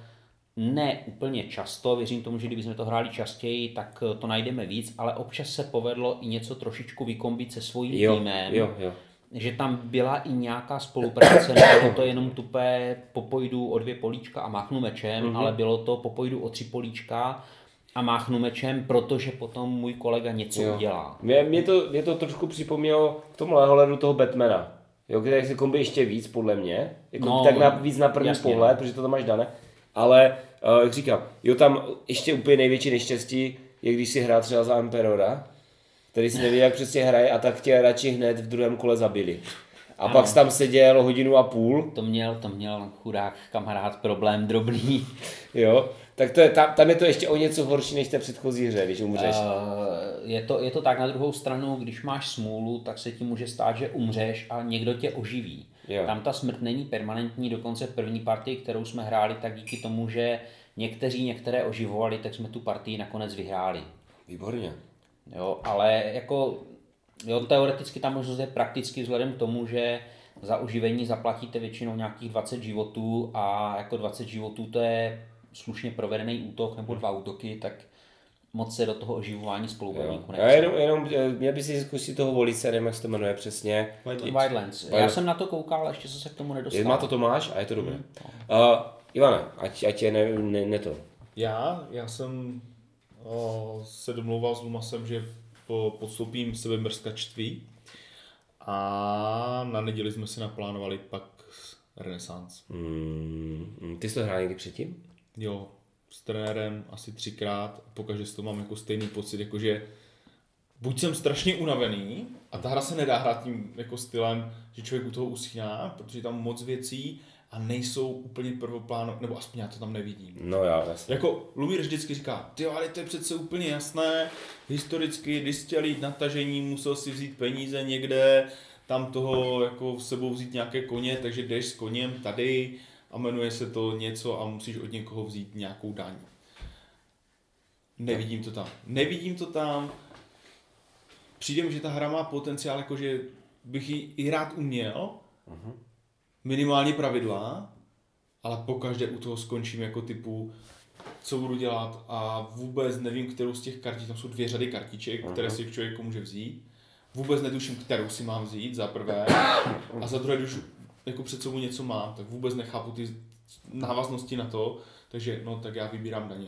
ne úplně často, věřím tomu, že kdybychom to hráli častěji, tak to najdeme víc, ale občas se povedlo i něco trošičku vykombit se svým týmem. Jo. Že tam byla i nějaká spolupráce, nebylo to jenom tupé popojdu o 2 políčka a máchnu mečem, ale bylo to popojdu o 3 políčka a máchnu mečem, protože potom můj kolega něco udělá. Mě to trošku připomnělo k tomu ohledu toho Batmana, který se kombí ještě víc podle mě, víc na první pohled, protože to tam máš dané. Ale, jak říkám, tam ještě úplně největší neštěstí je, když si hrá třeba za Emperora, který si neví, jak přesně hraje a tak tě radši hned v druhém kole zabili. A ano. Pak jsi tam seděl 1.5 hodiny. To měl chudák kamarád problém drobný. Jo, tak tam je to ještě o něco horší než té předchozí hře, když umřeš. Je to tak, na druhou stranu, když máš smůlu, tak se ti může stát, že umřeš a někdo tě oživí. Jo. Tam ta smrt není permanentní, dokonce v první partii, kterou jsme hráli, tak díky tomu, že některé oživovali, tak jsme tu partii nakonec vyhráli. Výborně. Jo, ale jako teoreticky ta možnost je prakticky vzhledem k tomu, že za oživení zaplatíte většinou nějakých 20 životů a jako 20 životů to je slušně provedený útok nebo 2 útoky, tak moc se do toho oživování spoluhráčů nechce. Jenom měl by si zkusit toho volice, nevím, jak se to jmenuje přesně. Wildlands. Já jsem na to koukal, ještě jsem se k tomu nedostal. Má to Tomáš a je to dobré. Ivane, ať je ne to. Já jsem se domlouval s Lumasem, že podstoupím sebemrskačství a na neděli jsme si naplánovali pak Renaissance. Ty jsi to hrál někdy předtím? Jo, s trenérem asi 3krát, pokaždé s to mám jako stejný pocit, jakože buď jsem strašně unavený a ta hra se nedá hrát tím jako stylem, že člověk u toho usíná, protože tam moc věcí a nejsou úplně prvoplánové, nebo aspoň já to tam nevidím. No já, jasně. Jako Lumír vždycky říká, ty ale to je přece úplně jasné, historicky, když chtěl jít na tažení, musel si vzít peníze někde, tam toho jako s sebou vzít nějaké koně, takže jdeš s koněm tady a jmenuje se to něco a musíš od někoho vzít nějakou daň. Nevidím to tam. Přijde mi, že ta hra má potenciál, jakože bych ji i rád uměl, minimální pravidla, ale pokaždé u toho skončím jako typu, co budu dělat a vůbec nevím, kterou z těch kartiček, tam jsou 2 řady kartiček, které si člověk může vzít. Vůbec netuším, kterou si mám vzít, za prvé. A za druhé, když jako před sebou něco mám, tak vůbec nechápu ty návaznosti na to, takže no tak já vybírám daně.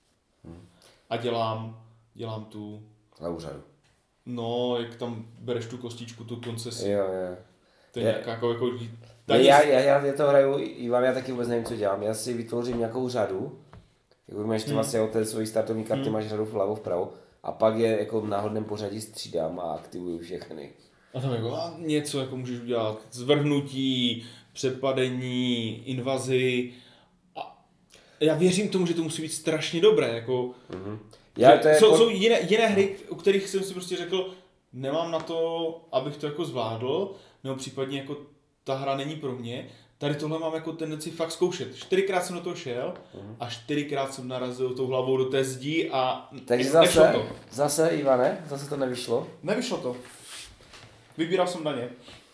A dělám tu... Na úřadu. No, jak tam bereš tu kostičku, tu koncesi. Jo. To je nějaká jako já to hraju, Ivan, já taky vůbec nevím, co dělám. Já si vytvořím nějakou řadu, jako máš vlastně od té svojí startovní karty, máš řadu vlevo, vpravo, a pak je jako v náhodném pořadí střídám a aktivuju všechny. A tam jako něco jako můžeš udělat, zvrhnutí, přepadení, invazi. A já věřím tomu, že to musí být strašně dobré, jako... Jsou jiné hry, u kterých jsem si prostě řekl, nemám na to, abych to jako zvládl, nebo případně jako ta hra není pro mě. Tady tohle mám jako tendenci fakt zkoušet. 4krát jsem do toho šel a 4krát jsem narazil tou hlavou do té zdi a takže zase, Ivane, zase to nevyšlo? Nevyšlo to. Vybíral jsem daně.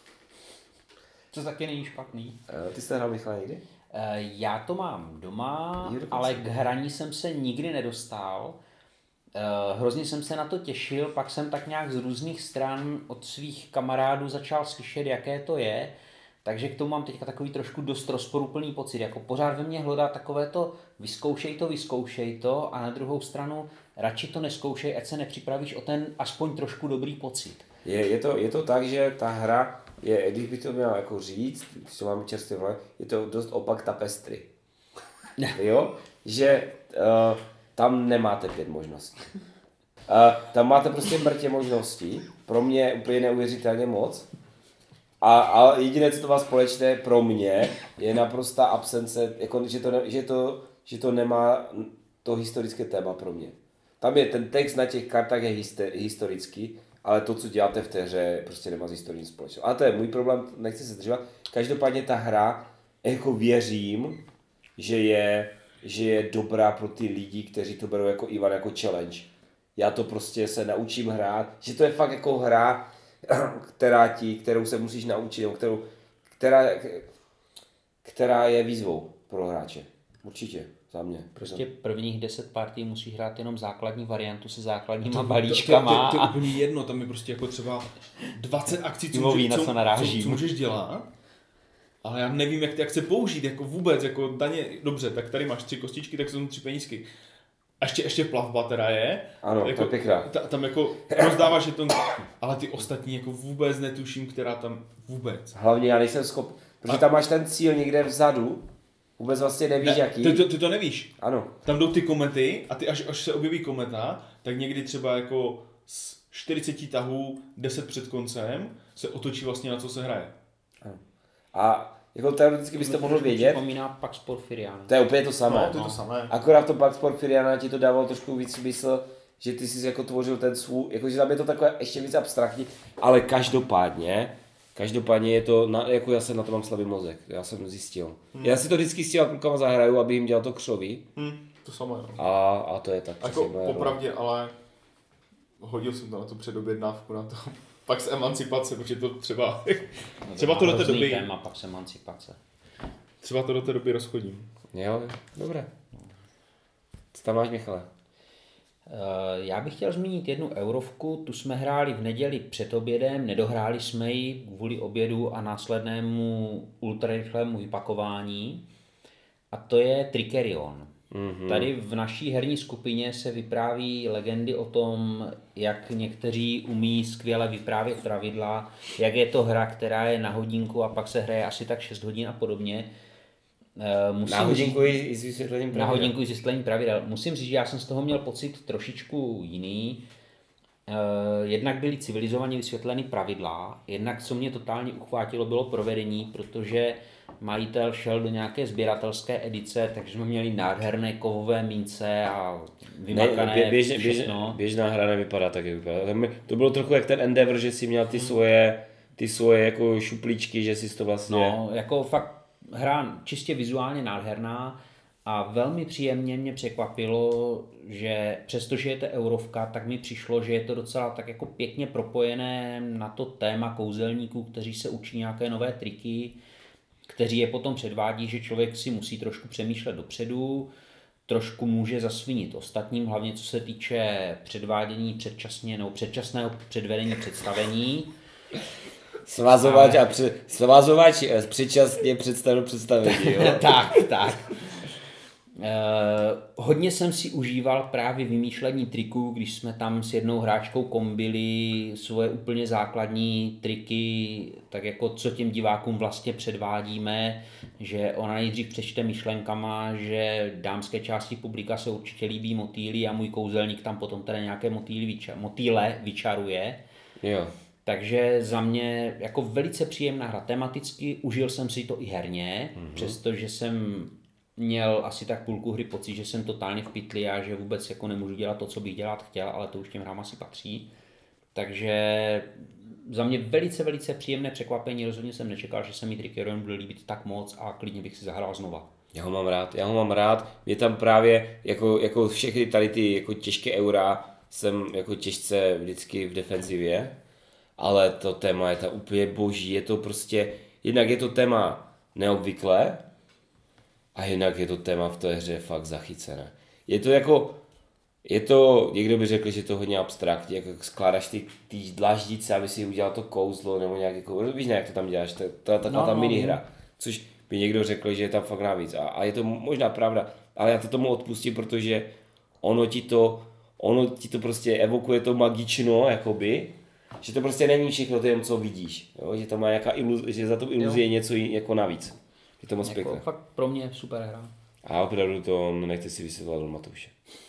To taky není špatný. Ty jsi hrál, Michal, někdy? Já to mám doma, ale k hraní jsem se nikdy nedostal. Hrozně jsem se na to těšil, pak jsem tak nějak z různých stran od svých kamarádů začal slyšet, jaké to je, takže k tomu mám teďka takový trošku dost rozporuplný pocit, jako pořád ve mně hlodá takové to vyzkoušej to a na druhou stranu radši to neskoušej, ať se nepřipravíš o ten aspoň trošku dobrý pocit. Je to tak, že ta hra je, když bych to měl jako říct, když to máme čerstvě v hlavě, je to dost opak tapestry. Jo? Že tam nemáte 5 možností. Tam máte prostě mrtě možností, pro mě úplně neuvěřitelně moc. A jediné, co to vás společné pro mě, je naprostá absence, jako, že to nemá to historické téma pro mě. Tam je ten text na těch kartách je historický, ale to, co děláte v té hře, prostě nemá s historií společného. A to je můj problém, nechci se zdržovat. Každopádně ta hra, jako věřím, že je dobrá pro ty lidi, kteří to berou jako Ivan, jako challenge. Já to prostě se naučím hrát, že to je fakt jako hra, kterou se musíš naučit, která je výzvou pro hráče. Určitě, za mě. Prostě prvních 10 partí musíš hrát jenom základní variantu se základníma balíčkama. To je úplně jedno, tam je prostě jako třeba 20 akcí, co můžeš dělat. Ale já nevím, jak ty akce použít, jako vůbec, jako daně, dobře, tak tady máš 3 kostičky, tak jsou 3 penízky. A ještě plavba teda je. Ano, jako, to je pěkná. Tam jako rozdáváš je to, ale ty ostatní jako vůbec netuším, která tam vůbec. Hlavně já nejsem schopen, protože tam máš ten cíl někde vzadu, vůbec vlastně nevíš jaký. Ty to nevíš. Ano. Tam jdou ty komety a ty až se objeví kometa, tak někdy třeba jako z 40 tahů 10 před koncem se otočí vlastně na co se hraje. A jako teoreticky byste mohl vědět. Připomíná Pax Porfiriana. To je úplně to samé. No, to je to samé. Akorát to Pax Porfiriana ti to dávalo trošku víc smysl, že ty jsi jako tvořil ten svůj, jakože tam je to takové ještě víc abstraktní, ale každopádně je to, jako já se na to mám slabý mozek, já jsem zjistil. Já si to vždycky s těma klukama zahraju, aby jim dělal to křoví. To samé. A to je tak. Jako popravdě, ale hodil jsem to na tu předobjednávku, na to Pax Emancipace, protože to třeba to do té doby... téma Pax Emancipace. Třeba to do té doby rozchodím. Jo, dobré. Co tam máš, Michale? Já bych chtěl zmínit jednu eurovku, tu jsme hráli v neděli před obědem, nedohráli jsme ji kvůli obědu a následnému ultrarychlému vypakování. A to je Trickerion. Mm-hmm. Tady v naší herní skupině se vypráví legendy o tom, jak někteří umí skvěle vyprávět pravidla, jak je to hra, která je na hodinku a pak se hraje asi tak 6 hodin a podobně. Na hodinku i s vysvětlením pravidel. Na hodinku i s vysvětlením pravidel. Musím říct, že já jsem z toho měl pocit trošičku jiný. Jednak byly civilizovaně vysvětleny pravidla, jednak co mě totálně uchvátilo bylo provedení, protože majitel šel do nějaké sběratelské edice, takže jsme měli nádherné kovové mince a vymakané všechno. Běžná hra nevypadá tak, jak vypadá. To bylo trochu jak ten Endeavor, že si měl ty svoje jako šuplíčky, že si to vlastně... No, jako fakt hra čistě vizuálně nádherná a velmi příjemně mě překvapilo, že přestože je to eurovka, tak mi přišlo, že je to docela tak jako pěkně propojené na to téma kouzelníků, kteří se učí nějaké nové triky, kteří je potom předvádí, že člověk si musí trošku přemýšlet dopředu, trošku může zasvinit ostatním, hlavně co se týče předvádění předčasného předvedení představení. Svazovač předčasně představení. Jo? tak. Hodně jsem si užíval právě vymýšlení triků, když jsme tam s jednou hráčkou kombili svoje úplně základní triky, tak jako co těm divákům vlastně předvádíme, že ona nejdřív přečte myšlenkama, že dámské části publika se určitě líbí motýly a můj kouzelník tam potom teda nějaké motýle vyčaruje. Jo. Takže za mě jako velice příjemná hra tematicky, užil jsem si to i herně, přestože jsem měl asi tak půlku hry pocit, že jsem totálně v pytli a že vůbec jako nemůžu dělat to, co bych dělat chtěl, ale to už těm hrám asi patří. Takže za mě velice, velice příjemné překvapení, rozhodně jsem nečekal, že se mi Trickerion bude líbit tak moc a klidně bych si zahrál znova. Já ho mám rád, mě tam právě jako všechny tady ty jako těžké eura jsem jako těžce vždycky v defenzivě, ale to téma je ta úplně boží, je to prostě, jednak je to téma neobvyklé, a jinak je to téma v té hře fakt zachycené. Je to, někdo by řekl, že je to hodně abstraktní, jako skládáš ty dlaždice, aby si udělal to kouzlo, nebo nějak jako, víš ne, jak to tam děláš, ta minihra, což by někdo řekl, že je tam fakt navíc. A je to možná pravda, ale já to tomu odpustím, protože ono ti to prostě evokuje to magično, jakoby, že to prostě není všechno tím, co vidíš, jo? Že to má nějaká že za to iluzie je něco jako navíc. Je to moc jako pěkné. Fakt pro mě super hra. A opravdu to nechte si vysvětlovat od Matouše.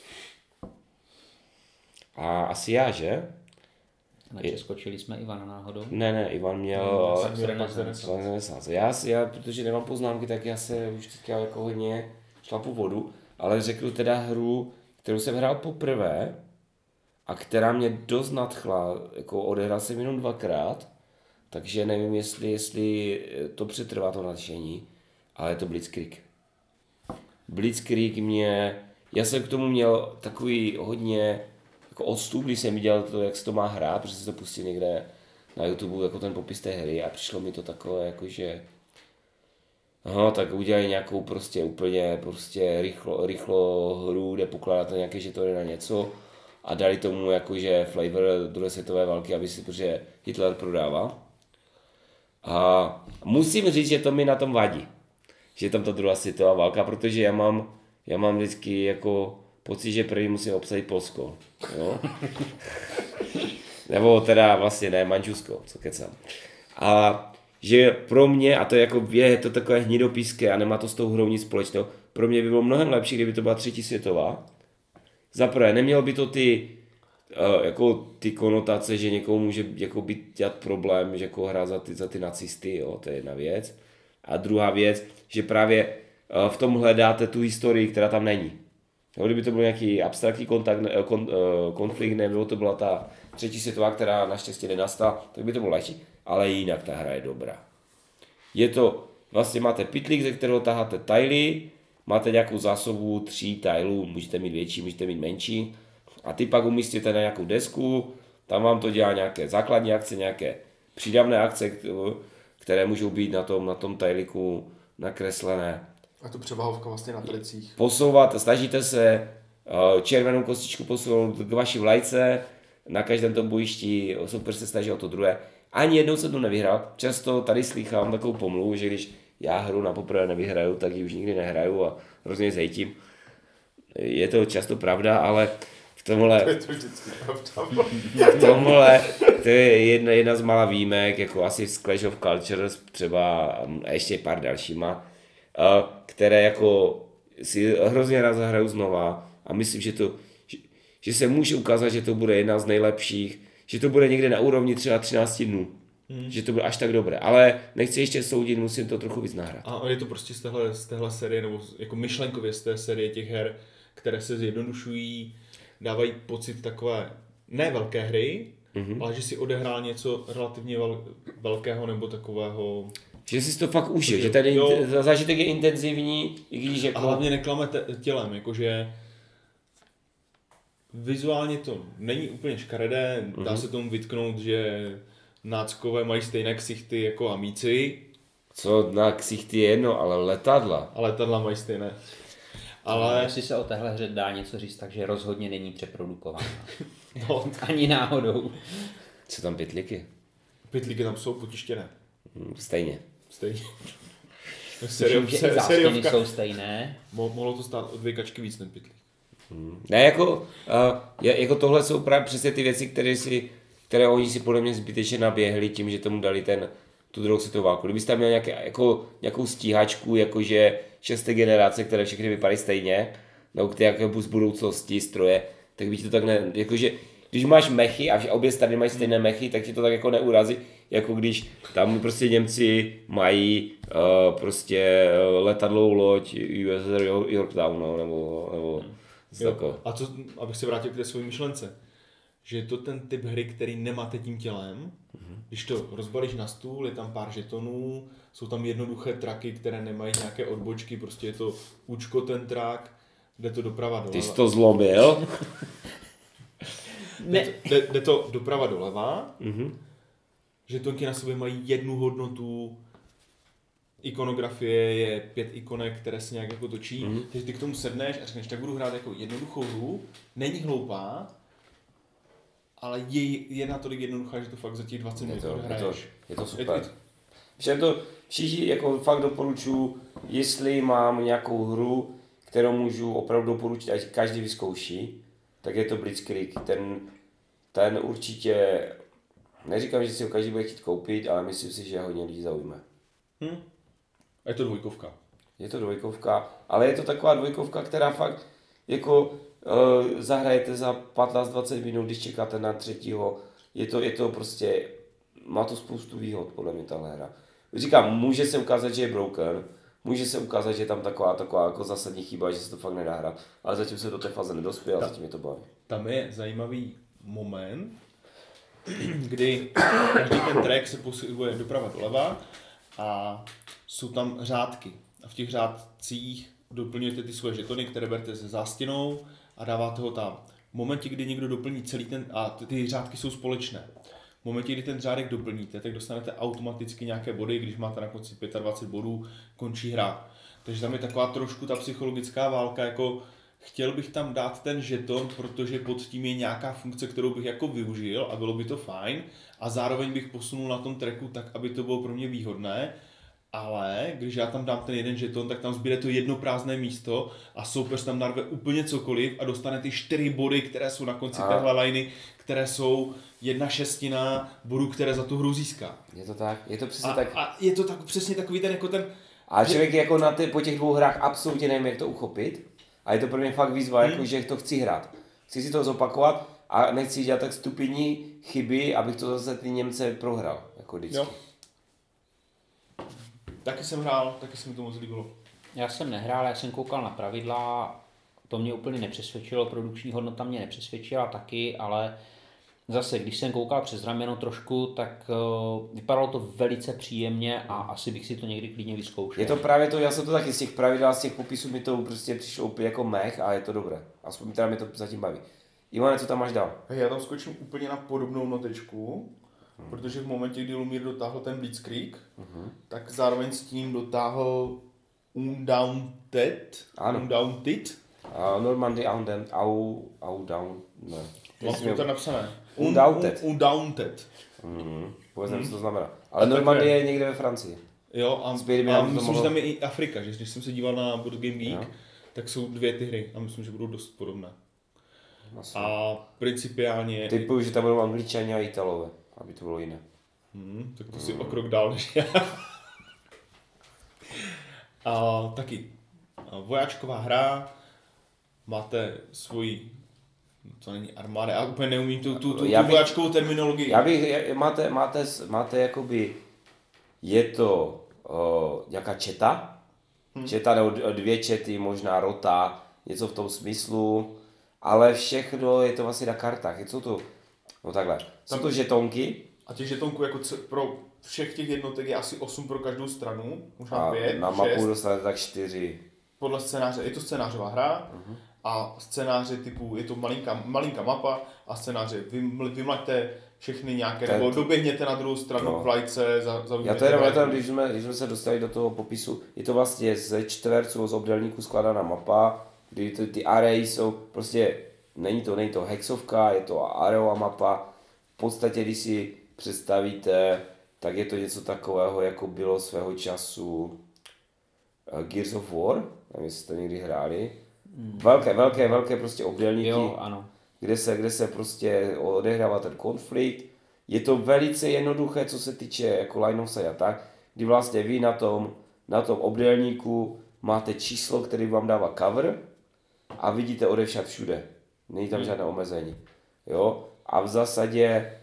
A asi já, že? Nepřeskočili jsme Ivana náhodou? Ne, Ivan měl renesance. Já, protože nemám poznámky, tak já se už teďka jako hodně šlapu vodu, ale řeknu teda hru, kterou jsem hrál poprvé a která mě dost nadchla, jako odehrál jsem jenom 2krát, takže nevím, jestli to přetrvá to nadšení, ale je to Blitzkrieg. Blitzkrieg já jsem k tomu měl takový hodně jako odstup, když jsem viděl to, jak se to má hrát, protože jsem to pustil někde na YouTube jako ten popis té hry a přišlo mi to takové jako, že tak udělají nějakou prostě úplně prostě rychlo hru, kde pokládáte nějaké žetony na něco a dali tomu jakože flavor druhé světové války, aby si, protože Hitler prodával. A musím říct, že to mi na tom vadí, že je tam ta druhá světová válka, protože já mám vždycky jako pocit, že první musím obsadit Polsko, jo? Nebo teda vlastně ne, Manžusko, co kecám. A že pro mě, a to je to takové hnidopiské a nemá to s tou hrou nic společného, pro mě by bylo mnohem lepší, kdyby to byla třetí světová. Za prvé, nemělo by to ty jako ty konotace, že někomu může jako být dělat problém, že jako hrát za ty nacisty, jo, to je jedna věc. A druhá věc, že právě v tom hledáte tu historii, která tam není. Jo, kdyby to byl nějaký abstraktní konflikt, nebo to byla ta třetí světová, která naštěstí nenastala, tak by to bylo lehčí, ale jinak ta hra je dobrá. Je to, vlastně máte pytlík, ze kterého taháte tajly, máte nějakou zásobu 3 tajlů, můžete mít větší, můžete mít menší, a ty pak umístíte na nějakou desku, tam vám to dělá nějaké základní akce, nějaké přídavné akce, které můžou být na tom tajliku nakreslené. A tu převahovka vlastně na tricích. Posouvat, snažíte se červenou kostičku posunout k vaší vlajce, na každém tom bojišti super se snaží o to druhé. Ani jednou jsem to nevyhrál, často tady slýchám takovou pomluvu, že když já hru na poprvé nevyhraju, tak ji už nikdy nehraju a hrozně zejtím. Je to často pravda, ale v tomhle... To je to vždycky pravda. V tomhle, to je jedna z mála výjimek, jako asi z Clash of Cultures třeba a ještě pár dalšíma, které jako si hrozně rád zahraju znova a myslím, že se může ukázat, že to bude jedna z nejlepších, že to bude někde na úrovni třeba 13 dnů. Že to bude až tak dobré, ale nechci ještě soudit, musím to trochu víc nahrát. A je to prostě z téhle série, nebo jako myšlenkově z té série těch her, které se zjednodušují, dávají pocit takové, ne velké hry, ale že si odehrál něco relativně velkého nebo takového... Že jsi to fakt užil, že ten zážitek je intenzivní, i když jako... A hlavně neklamete tělem, jakože vizuálně to není úplně škaredé, dá se tomu vytknout, že náckové mají stejné ksichty jako amíci. Co na ksichty je jedno, ale letadla. A letadla mají stejné. Ale... Jestli se o téhle hře dá něco říct, takže rozhodně není přeprodukovaná. No. Ani náhodou. Co tam pytlíky? Pytlíky tam jsou potištěné. Stejně. Zástěny jsou stejné. Mohlo to stát o 2 kačky víc ten pytlík. Ne, jako tohle jsou právě přesně ty věci, které oni si podle mě zbytečně naběhli tím, že tomu dali tu druhou světovou válku. Kdybyste tam měl nějakou stíhačku, jakože 6. generace, které všechny vypadají stejně, nebo které z budoucnosti stroje, tak by ti to tak jakože když máš mechy a obě strany mají stejné mechy, tak ti to tak jako neurazí, jako když tam prostě Němci mají prostě letadlovou loď USS Yorktown, nebo a co, abych se vrátil k té své myšlence, že je to ten typ hry, který nemáte tím tělem, když to rozbalíš na stůl, je tam pár žetonů, jsou tam jednoduché traky, které nemají nějaké odbočky, prostě je to účko ten trak, jde to doprava doleva. Ty jsi to zlomil? Jde to doprava doleva, žetonky na sobě mají jednu hodnotu, ikonografie je 5 ikonek, které se nějak jako točí, takže ty k tomu sedneš a řekneš, tak budu hrát jako jednoduchou hru, není hloupá, ale je natolik jednoduchá, že to fakt za těch 20 minut hraješ. Je to super. Všichni jako fakt doporučuji, jestli mám nějakou hru, kterou můžu opravdu doporučit, ať každý vyzkouší, tak je to Blitzkrieg. Ten určitě, neříkám, že si ho každý bude chtít koupit, ale myslím si, že hodně lidí zaujme. A je to 2. Je to 2, ale je to taková 2, která fakt jako zahrajete za 15-20 minut, když čekáte na 3. Je to prostě, má to spoustu výhod, podle mě tahle hra. Říkám, může se ukázat, že je broken, může se ukázat, že je tam taková jako zásadní chyba, že se to fakt nedá hrát, ale zatím se do té fáze nedospěl a zatím je to baví. Tam je zajímavý moment, kdy každý ten track se posouva doprava doleva a jsou tam řádky. A v těch řádcích doplňujete ty svoje žetony, které berete se zástěnou a dáváte ho tam. V momentě, kdy někdo doplní celý a ty řádky jsou společné. V momentě, kdy ten řádek doplníte, tak dostanete automaticky nějaké body, když máte na konci 25 bodů, končí hra. Takže tam je taková trošku ta psychologická válka, jako chtěl bych tam dát ten žeton, protože pod tím je nějaká funkce, kterou bych jako využil a bylo by to fajn a zároveň bych posunul na tom tracku tak, aby to bylo pro mě výhodné, ale když já tam dám ten jeden žeton, tak tam zbyde to jedno prázdné místo a soupeř tam narve úplně cokoliv a dostane ty 4 body, které jsou na konci téhle liney, které jsou 1/6 bodů, které za tu hru získá. Je to tak, je to přesně tak. A je to tak přesně takový ten jako ten... A člověk jako po těch 2 hrách absolutně nevím, jak to uchopit. A je to pro mě fakt výzva, jako, že to chci hrát. Chci si to zopakovat a nechci dělat tak stupidní chyby, abych to zase ty Němce prohrál, jako vždycky. Jo. Taky jsem hrál, taky se mi to moc líbilo. Já jsem nehrál, já jsem koukal na pravidla, to mě úplně nepřesvědčilo, produkční hodnota mě nepřesvědčila taky, ale zase, když jsem koukal přes rameno trošku, tak vypadalo to velice příjemně a asi bych si to někdy klidně vyzkoušel. Je to právě to, já jsem to taky z těch pravidel, z těch popisů mi to prostě přišlo úplně jako mech a je to dobré. Aspoň teda mě to zatím baví. Ivane, co tam máš dál? Já tam skočím úplně na podobnou notečku, protože v momentě, kdy Lumír dotáhl ten Blitzkrieg, tak zároveň s tím dotáhl Undaunted. Normandy Down, ne. Mám to napsané. Undaunted. Vůbec nevím, co to znamená. Ale Normandy je někde ve Francii. Jo, a myslím, že tam je i Afrika, že když jsem se díval na Board Game Geek, tak jsou 2 ty hry a myslím, že budou dost podobné. A principiálně... Typuju, že tam budou Angličani a Italové, aby to bylo jiné. Tak to si o krok dál než já. A taky vojáčková hra, máte svoji, to není armáda, já úplně neumím tu vojáčkovou terminologii. Máte jakoby, je to nějaká četa, četa nebo 2 čety, možná rota, něco v tom smyslu, ale všechno je to vlastně na kartách, jsou to, no takhle, jsou to žetonky. A těch žetonků jako pro všech těch jednotek je asi 8 pro každou stranu, možná 5, na mapu 6. Dostanete tak 4. Podle scénáře, je to scénářová hra a scénáře typu, je to malinká mapa a scénáře, vymlaďte všechny nějaké, nebo doběhněte na druhou stranu v vlajce, zaujměte. Já to jenom, když jsme se dostali do toho popisu, je to vlastně ze čtverců, z obdélníků skládaná mapa, kdy ty array jsou, prostě není to hexovka, je to areová mapa, v podstatě, když si představíte, tak je to něco takového, jako bylo svého času Gears of War, nevím, jestli jste někdy hráli. Velké prostě obdélníky, jo, ano. Kde se prostě odehrává ten konflikt. Je to velice jednoduché, co se týče jako line of sight a tak, kdy vlastně vy na tom obdélníku máte číslo, který vám dává cover a vidíte odevšad všude. Není tam žádné omezení. Jo? A v zásadě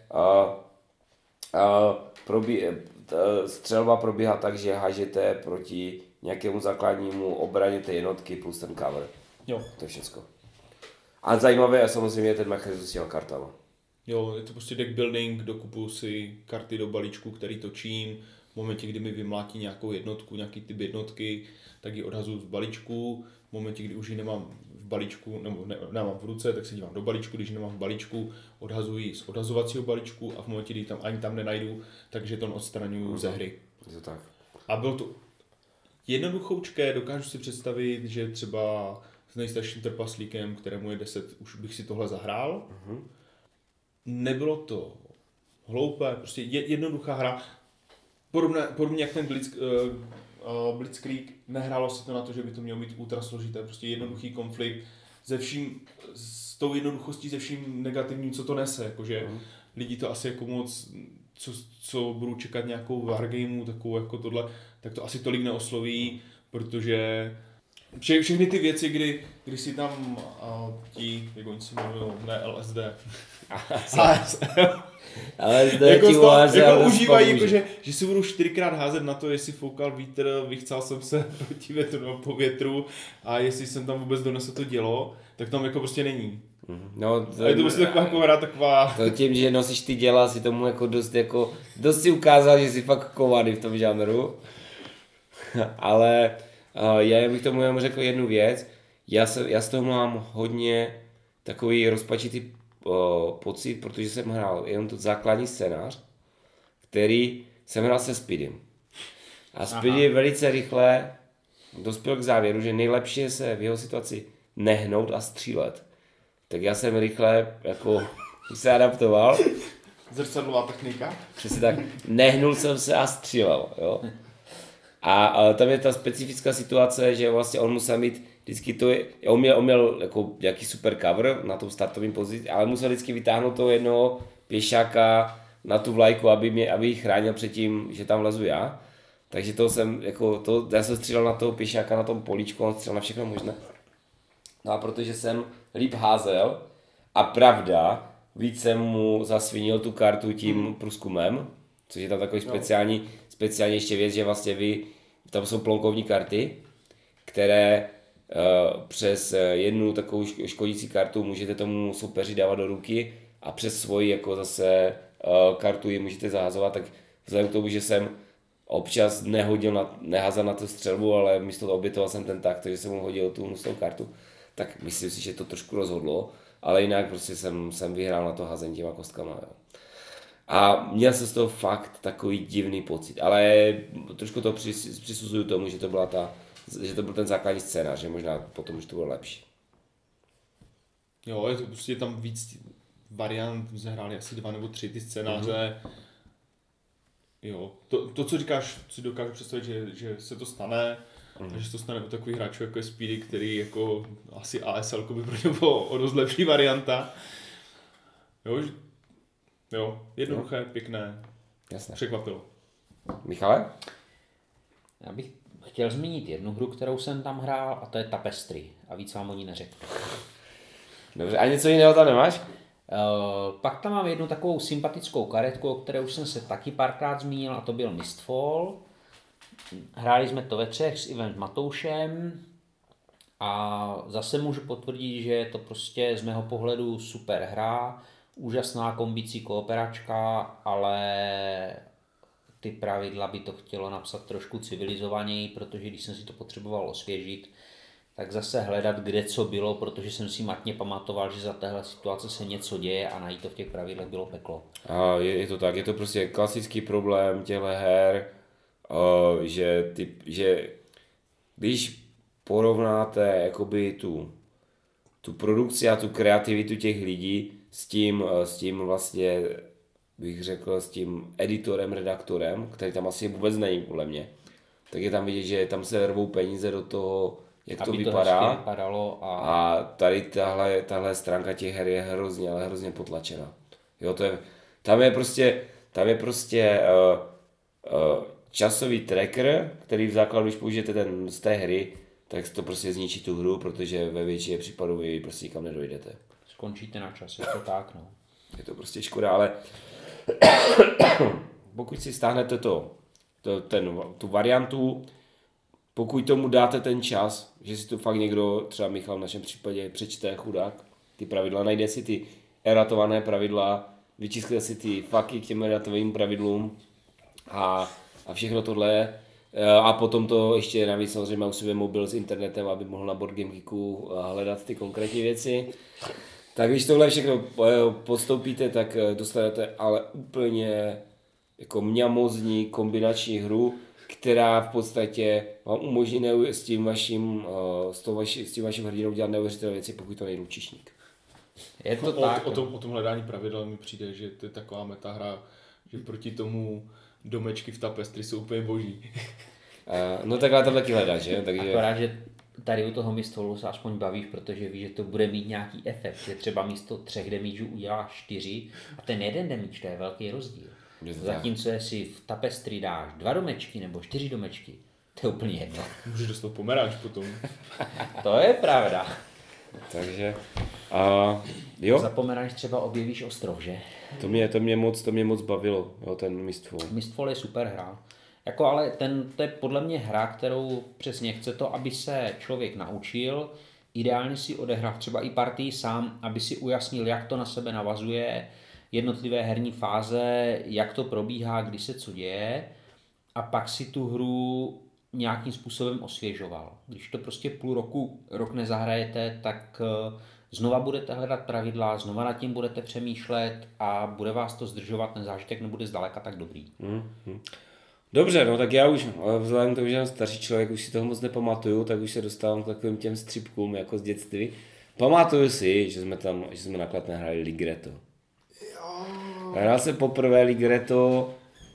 střelba probíhá tak, že hážete proti nějakému základnímu obraně té jednotky plus ten cover. Jo. To je všechno. A zajímavé je samozřejmě ten mechanismus s těma kartama. Jo, je to prostě deck building, dokupuju si karty do balíčku, který točím. V momentě, kdy mi vymlátí nějakou jednotku, nějaký typ jednotky, tak ji odhazuju z balíčku. V momentě, kdy už ji nemám v balíčku, nebo nemám v ruce, tak se dívám do balíčku, když ji nemám v balíčku, odhazuji z odhazovacího balíčku a v momentě, kdy ani tam nenajdu, takže to odstraňuju ze hry. Je to tak. A bylo to jednoduchoučké, dokážu si představit, že třeba s nejstarším trpaslíkem, kterému je 10, už bych si tohle zahrál. Nebylo to hloupé, prostě jednoduchá hra. Podobně jak ten Blitzkrieg, nehrálo se to na to, že by to mělo být ultra složité, prostě jednoduchý konflikt s tou jednoduchostí, se vším negativním, co to nese, jakože lidi to asi jako moc, co budou čekat nějakou wargameu, takovou jako tohle, tak to asi tolik neosloví, protože všechny ty věci, kdy si tam jak oni se jmenují, ne LSD, jako užívají, jakože, že si budou 4krát házet na to, jestli foukal vítr, vychcál jsem se proti větru nebo po větru a jestli jsem tam vůbec donesl to dělo, tak tam jako prostě není. No, a je to prostě taková... To tím, že nosíš ty děla, si tomu dost si ukázal, že jsi fakt kovaný v tom žánru. Ale já bych tomu jenom řekl jednu věc. Já z toho mám hodně takový rozpačitý pocit, protože jsem hrál jenom to základní scénář, který jsem hrál se Speedem. A Speedy velice rychle dospěl k závěru, že nejlepší je se v jeho situaci nehnout a střílet. Tak já jsem rychle jako se adaptoval. Zrcadlová technika? Přesně tak. Nehnul jsem se a střílel. Jo? A tam je ta specifická situace, že vlastně on musel mít vždycky to, on měl jako nějaký super cover na tom startovém pozici, ale musel vždycky vytáhnout toho jednoho pěšáka na tu vlajku, aby ji chránil před tím, že tam vlezu já. Takže já jsem střílel na toho pěšáka na tom políčku, on střílel na všechno možné. No a protože jsem líp házel a pravda, víc jsem mu zasvinil tu kartu tím průzkumem, což je tam takový speciální ještě věc, že vlastně tam jsou plonkovní karty, které přes jednu takovou škodící kartu můžete tomu soupeři dávat do ruky a přes svoji jako zase kartu ji můžete zahazovat, tak vzhledem k tomu, že jsem občas neházal na tu střelbu, ale místo toho obětoval jsem ten tak, takže jsem mu hodil tu hustou kartu, tak myslím si, že to trošku rozhodlo, ale jinak prostě jsem vyhrál na to házení těma kostkama. Jo. A měl jsem z toho fakt takový divný pocit, ale trošku to přisuzuju tomu, že to byl ten základní scénář, že možná potom už to bylo lepší. Jo, je to prostě tam víc variant, zahráli asi 2 nebo 3 ty scénáře. Jo, to co říkáš, si dokážu představit, že se to stane, a že se to stane u takových hráčů jako je Speedy, který jako asi ASL by pro něj bylo o dost lepší varianta. Jo, jednoduché, pěkné. Jasně. Překvapilo. Michale? Já bych chtěl zmínit jednu hru, kterou jsem tam hrál, a to je Tapestry. A víc vám o ní neřeknu. Dobře, a něco jiného tam nemáš? Pak tam mám jednu takovou sympatickou karetku, o které už jsem se taky párkrát zmínil, a to byl Mistfall. Hráli jsme to ve 3 s Ivem Matoušem a zase můžu potvrdit, že je to prostě z mého pohledu super hra, úžasná kombicí kooperačka, ale ty pravidla by to chtělo napsat trošku civilizovaněji, protože když jsem si to potřeboval osvěžit, tak zase hledat, kde co bylo, protože jsem si matně pamatoval, že za téhle situace se něco děje a najít to v těch pravidlech bylo peklo. A je to tak, je to prostě klasický problém těchto her, že když porovnáte jakoby tu produkci a tu kreativitu těch lidí s tím vlastně, bych řekl, s tím editorem, redaktorem, který tam asi vůbec není podle mě, tak je tam vidět, že tam se rvou peníze do toho, jak to vypadá. A tady tahle stránka těch her je hrozně potlačena. Jo, tam je prostě časový tracker, který v základu, když použijete z té hry, tak to prostě zničí tu hru, protože ve většině případů vy prostě nikam nedojdete. Skončíte na čas, je to tak, no. Je to prostě škoda, ale pokud si stáhnete tu variantu, pokud tomu dáte ten čas, že si to fakt někdo, třeba Michal v našem případě, přečte, chudák, ty pravidla, najde si ty eratované pravidla, vyčísklete si ty faky k těm eratovým pravidlům a všechno tohle. A potom to ještě navíc samozřejmě má u sebe mobil s internetem, aby mohl na Board Game Geeku hledat ty konkrétní věci. Tak když tohle všechno podstoupíte, tak dostanete ale úplně jako mňamozní kombinační hru, která v podstatě vám umožní s tím vaším hrdinou dělat neuvěřitelné věci, pokud to nejde lučišník. Je to tak. O tom hledání pravidel mi přijde, že to je taková metahra, že proti tomu domečky v Tapestry jsou úplně boží. No takhle tam taky hledáš, že? Takže... Akorát, že tady u toho Mistfallu se aspoň bavíš, protože víš, že to bude mít nějaký efekt, že třeba místo 3 damageů uděláš 4 a ten jeden damage, to je velký rozdíl. Zatímco jestli v Tapestry dáš 2 domečky nebo 4 domečky, to je úplně jedno. Můžeš dostat pomeranč potom. To je pravda. Takže, jo. Za pomeranč třeba objevíš ostrov, že? To mě moc bavilo, jo, ten Mistfall. Mistfall je super hra. Jako ale to je podle mě hra, kterou přesně chce to, aby se člověk naučil, ideálně si odehrál třeba i partii sám, aby si ujasnil, jak to na sebe navazuje, jednotlivé herní fáze, jak to probíhá, kdy se co děje a pak si tu hru nějakým způsobem osvěžoval. Když to prostě rok nezahrajete, tak znova budete hledat pravidla, znova nad tím budete přemýšlet a bude vás to zdržovat, ten zážitek nebude zdaleka tak dobrý. Dobře, no tak já už, vzhledem k tomu, že jsem starší člověk, už si toho moc nepamatuju, tak už se dostávám k takovým těm střípkům jako z dětství. Pamatuju si, že jsme nakonec nehráli Ligretto. Hrál jsem poprvé Ligretto,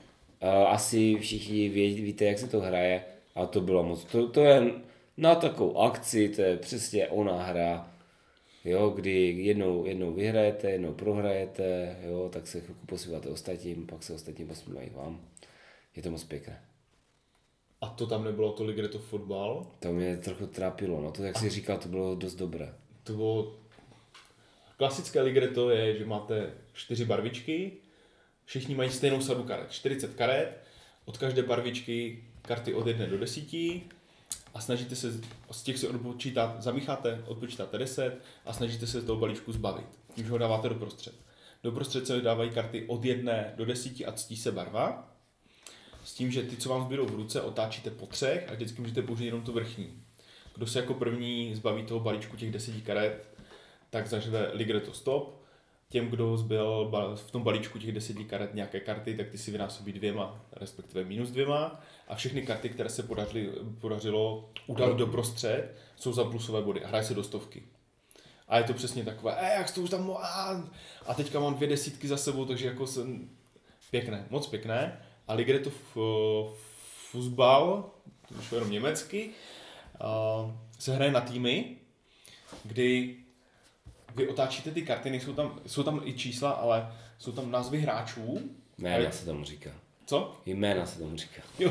asi všichni víte, jak se to hraje, a to bylo moc, to je na takovou akci, to je přesně ona hra, jo, kdy jednou vyhrajete, jednou prohrajete, jo, tak se chvilku posíváte ostatním, pak se ostatním posívají vám. Je to moc pěkné. A to tam nebylo to Ligretto fotbal? To mě trochu trápilo, no to, jak jsi říkal, to bylo dost dobré. To bylo klasické ligretto je, že máte 4 barvičky, všichni mají stejnou sadu karet, 40 karet, od každé barvičky karty od 1 do 10 a snažíte se, z těch si odpočítáte 10 a snažíte se z toho balíčku zbavit, když ho dáváte doprostřed. Doprostřed se dávají karty od 1 do 10 a ctí se barva, s tím, že ty, co vám zbydou v ruce, otáčíte po 3 a vždycky můžete použít jenom tu vrchní. Kdo se jako první zbaví toho balíčku těch 10 karet, tak zažve ligretto stop. Těm, kdo zbyl v tom balíčku těch 10 karet nějaké karty, tak ty si vynásobí 2, respektive -2. A všechny karty, které se podařilo udat doprostřed, jsou za plusové body a hraje se do 100. A je to přesně takové, jak to už tam a teďka mám 2 desítky za sebou, takže jako jsem pěkné, moc pěkné. A ligretto Fußball, to už je jenom německy, se hraje na týmy, kdy vy otáčíte ty karty, jsou tam i čísla, ale jsou tam názvy hráčů. Jména se tomu říká. Co? Jména se tomu říká. Jo,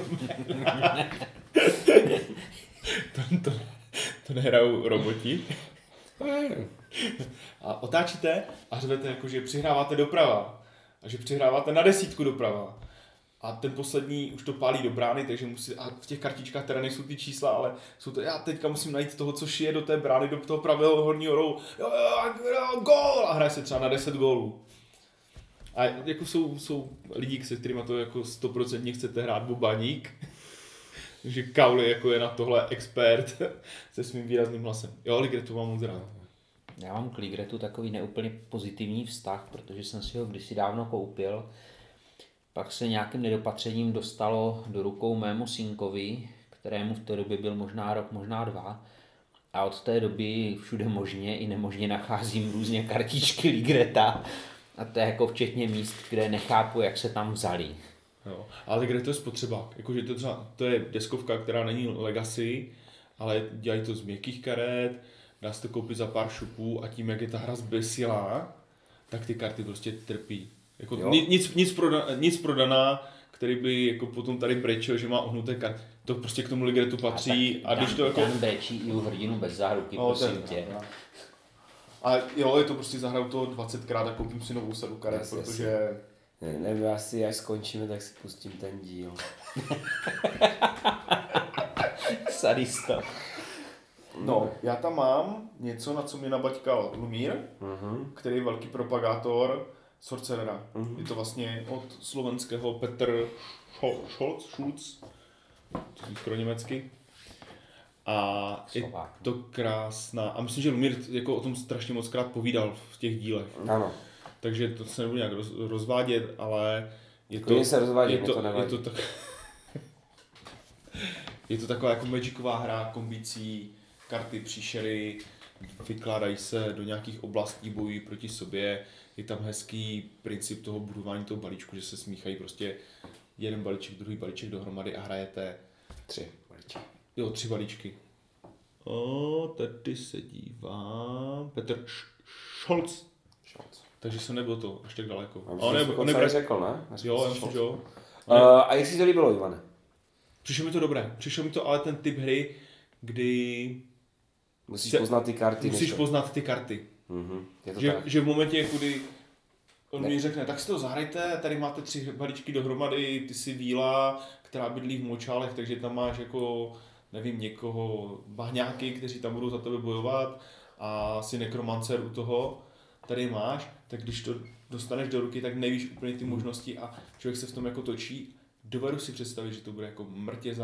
to nehrajou roboti. A otáčíte a řvete jako, že přihráváte doprava. A že přihráváte na 10 doprava. A ten poslední už to pálí do brány, takže musí, a v těch kartičkách teda nejsou ty čísla, ale jsou to, já teďka musím najít toho, co šije do té brány, do toho pravého horního rohu, gól! A hraje se třeba na 10 gólů. A jako jsou lidi, se kterými to jako 100% chcete hrát bubaník, že Kauli jako je na tohle expert se svým výrazným hlasem. Jo, ligretto mám moc rád. Já mám k ligrettu takový neúplně pozitivní vztah, protože jsem si ho kdysi dávno koupil. Pak se nějakým nedopatřením dostalo do rukou mému synkovi, kterému v té době byl možná rok, možná 2. A od té doby všude možně i nemožně nacházím různě kartičky ligreta. A to je jako včetně míst, kde nechápu, jak se tam vzali. Jo, ale ligretto je spotřebák. Jakože to je deskovka, která není legacy, ale dělají to z měkkých karet, dá se to koupit za pár šupů a tím, jak je ta hra zbesilá, tak ty karty prostě trpí. Jako nic prodaná, který by jako potom tady brečil, že má ohnuté karty. To prostě k tomu ligretu patří. A když to jako... Dan brečí i u hrdinu bez záruky, prosím tě. A jo, je to prostě zahraju to 20krát a koupím si novou sadu karet, protože... Nebo asi až skončíme, tak si pustím ten díl. Sadista. No, já tam mám něco, na co mě nabaťkal Lumír, který je velký propagátor Sorcerera. Je to vlastně od slovenského Petr Schulz, skoro německy. A je to krásná. A myslím, že Lumír jako o tom strašně moc krát povídal v těch dílech. Ano. Takže to se nebudu nějak rozvádět, ale je to taková jako magicová hra, kombící, karty, příšery, vykládají se do nějakých oblastí, bojují proti sobě. Je tam hezký princip toho budování toho balíčku, že se smíchají prostě jeden balíček, druhý balíček dohromady a hrajete 3 balíčky. Jo, 3 balíčky. Tady se dívám. Petr Scholz. Takže jsem nebyl to až tak daleko. On řekl, ne? Jo, já myslím, že jo. A jak si to líbilo, Ivane? Přišlo mi to dobré. Přišlo mi to ale ten typ hry, kdy... Musíš poznat ty karty. Poznat ty karty. Že v momentě, kdy on mi řekne, tak si to zahrajte, tady máte 3 balíčky dohromady, ty si víla, která bydlí v močálech, takže tam máš jako, nevím, někoho, bahňáky, kteří tam budou za tebe bojovat a si nekromancer u toho, tady máš, tak když to dostaneš do ruky, tak nevíš úplně ty možnosti a člověk se v tom jako točí. Dovedu si představit, že to bude jako mrtě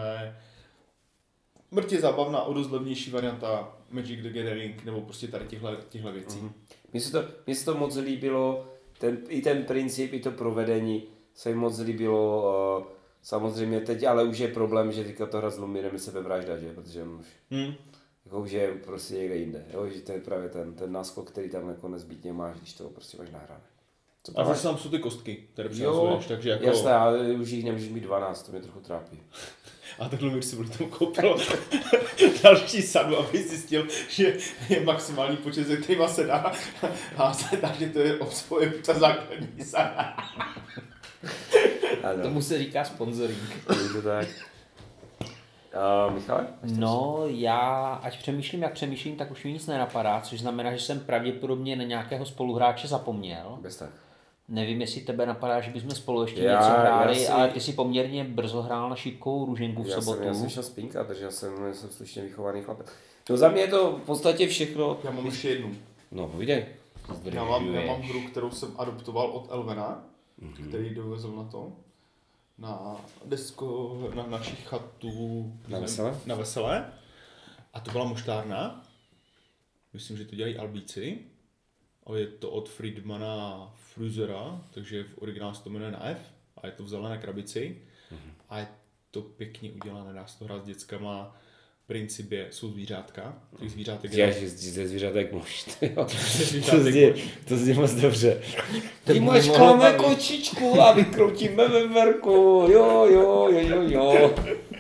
zábavná, o dost levnější varianta Magic the Gathering nebo prostě tady těchto věcí. Mně se to moc líbilo, ten princip, i to provedení se mi moc líbilo. Samozřejmě teď, ale už je problém, že teďka to hra s Lumírem je sebevražda, že? Protože on už, jako už je prostě někde jinde, jo? Že to je právě ten náskok, který tam jako nezbytně máš, když to prostě máš nahrané. A zase tam jsou ty kostky, které přihazuješ, takže jako... Jasné, ale už jich nemůžeš mít 12, to mě trochu trápí. A tak Lumír si bude tomu koupil další sadu, aby zjistil, že je maximální počet, se kterýma se dá házet, takže to je obsahuje ta základní sada. Tomu se říká sponsoring. To tak. Michale? No, já ať přemýšlím, jak přemýšlím, tak už mi nic nenapadá, což znamená, že jsem pravděpodobně na nějakého spoluhráče zapomněl. Bez tak. Nevím, jestli tebe napadá, že bychom spolu ještě něco hráli, ale ty si poměrně brzo hrál na šípkovou růženku v sobotu. Já jsem šel spínkat, takže jsem slušně vychovaný chlapec. No za mě je to v podstatě všechno. Já mám ještě jednu. No, povídej. Já mám hru, kterou jsem adoptoval od Elvena, který dovezl na to. Na desko, na našich chatů. Na Veselé. A to byla moštárna. Myslím, že to dělají Albíci. A je to od Friedmana Frusera, takže v originálu se to jmenuje na F. A je to v zelené krabici. A je to pěkně udělané, dá se to hrát s dětskama. Princip jsou zvířátka. Těch zvířátek je... ze zvířátek muž, to zní moc dobře. Ty mačkáme kočičku a vykroutíme veverku, jo.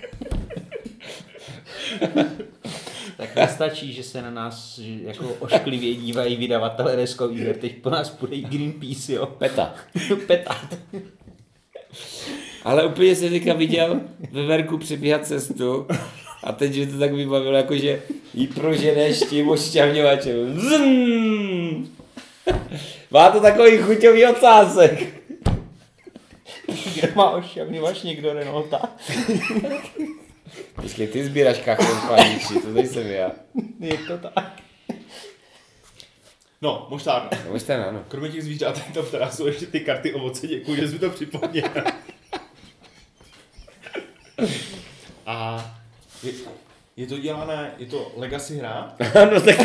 Tak nestačí, že se na nás jako ošklivě dívají vydavatelé deskových her, teď po nás půjde i Greenpeace, jo. PETA. PETA. Ale úplně se teďka viděl veverku přebíhat cestu a teď že to tak vybavilo, jakože jí proženeš tím ošťavňovačem. Má to takový chuťový ocásek. Kdo má ošťavňovač, někdo Renaulta? Počkej, ty sbíráš kachon v paniči, to nejsem já. Je to tak. No, moštárna. Moštárna, ano. Kromě těch zvířátek tam teda jsou ještě ty karty ovoce, děkuji, že jsi mi to připomněl. A je to dělané, je to legacy hra? Ano, tak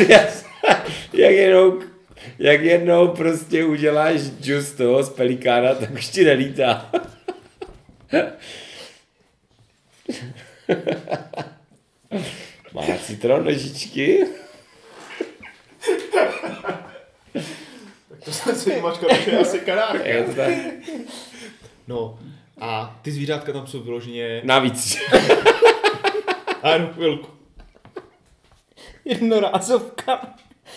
jak jednou prostě uděláš džus toho z pelikána, tak už ti nelítá. Má citron nožičky? Tak to jsem si mačka, to je asi kanárka. Je to tak. No a ty zvířátka tam jsou vyloženě... Navíc. Ano, chvilku. Jednorázovka.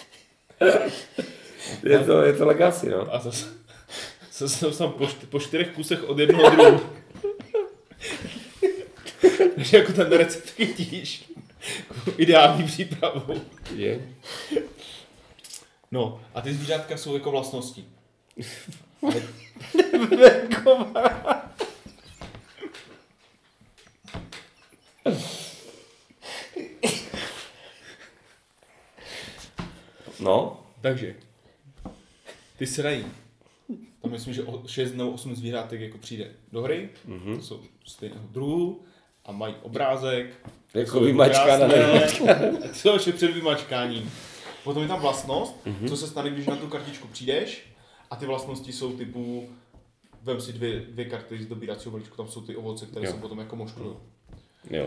Je to legacy, no. A zase jsem tam po 4 kusech od jednoho druhu. Takže jako ten recept chytíš. Ideální přípravou. Je. No, a ty zvířátka jsou jako vlastnosti. No. Takže, ty se dají. Tam myslím, že 6 nebo 8 zvířátek jako přijde do hry. To jsou stejného druhu a mají obrázek. Jako vymačkané. To jsou ještě před vymačkáním. Potom je tam vlastnost, co se stane, když na tu kartičku přijdeš a ty vlastnosti jsou typu vem si dvě karty z dobíracího balíčku, tam jsou ty ovoce, které se potom jako mošklují. Jo.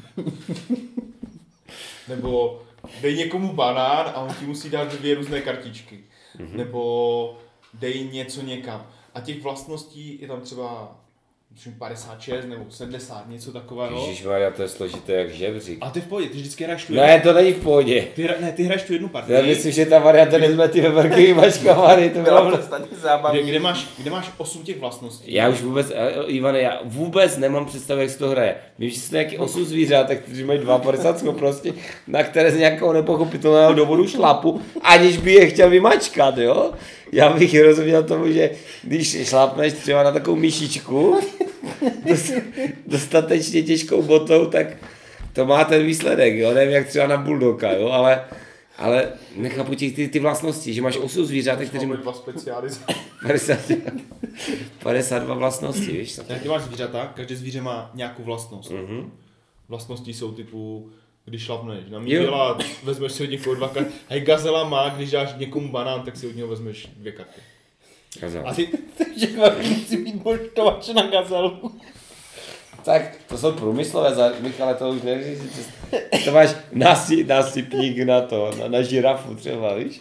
Nebo dej někomu banán a on ti musí dát 2 různé kartičky. Nebo dej něco někam. A těch vlastností je tam třeba 56 nebo 70, něco takového. Ježišmarja, to je složité jak žebřík. A ty v pohodě, ty vždycky hraješ tu Ne, to není v pohodě. Ty hraješ tu jednu partii. Já myslím, že ta varianta nezme ty veverky vymačkavaný, to bylo vlastně zábavný. Kde máš 8 těch vlastností. Já už vůbec, Ivane, já vůbec nemám představu, jak se to hraje. Vím, že jsou nějaký 8 zvířátek, kteří mají 52 schopnosti, na které z nějakého nepochopitelného důvodu šlapu, aniž by je chtěl vymačkat, jo? Já bych rozuměl tomu, že když šlápneš třeba na takovou myšičku, dostatečně těžkou botou, tak to má ten výsledek, jo? Nevím, jak třeba na bulldoga, jo? Ale nechápu ty vlastnosti, že máš 8 zvířátek, kteří mají 52 vlastnosti, víš? Ty máš zvířata, každé zvíře má nějakou vlastnost. Vlastnosti jsou typu, když šlapneš na míděla, vezmeš si od někoho 2 karty. Hej, gazela má, když dáš někomu banán, tak si od něho vezmeš 2 karty. Gazela. A ty... Takže musí být moštovač na gazelu. Tak, to jsou průmyslové, Michale, to už nevíš. To máš nasypník na to, na žirafu třeba, víš?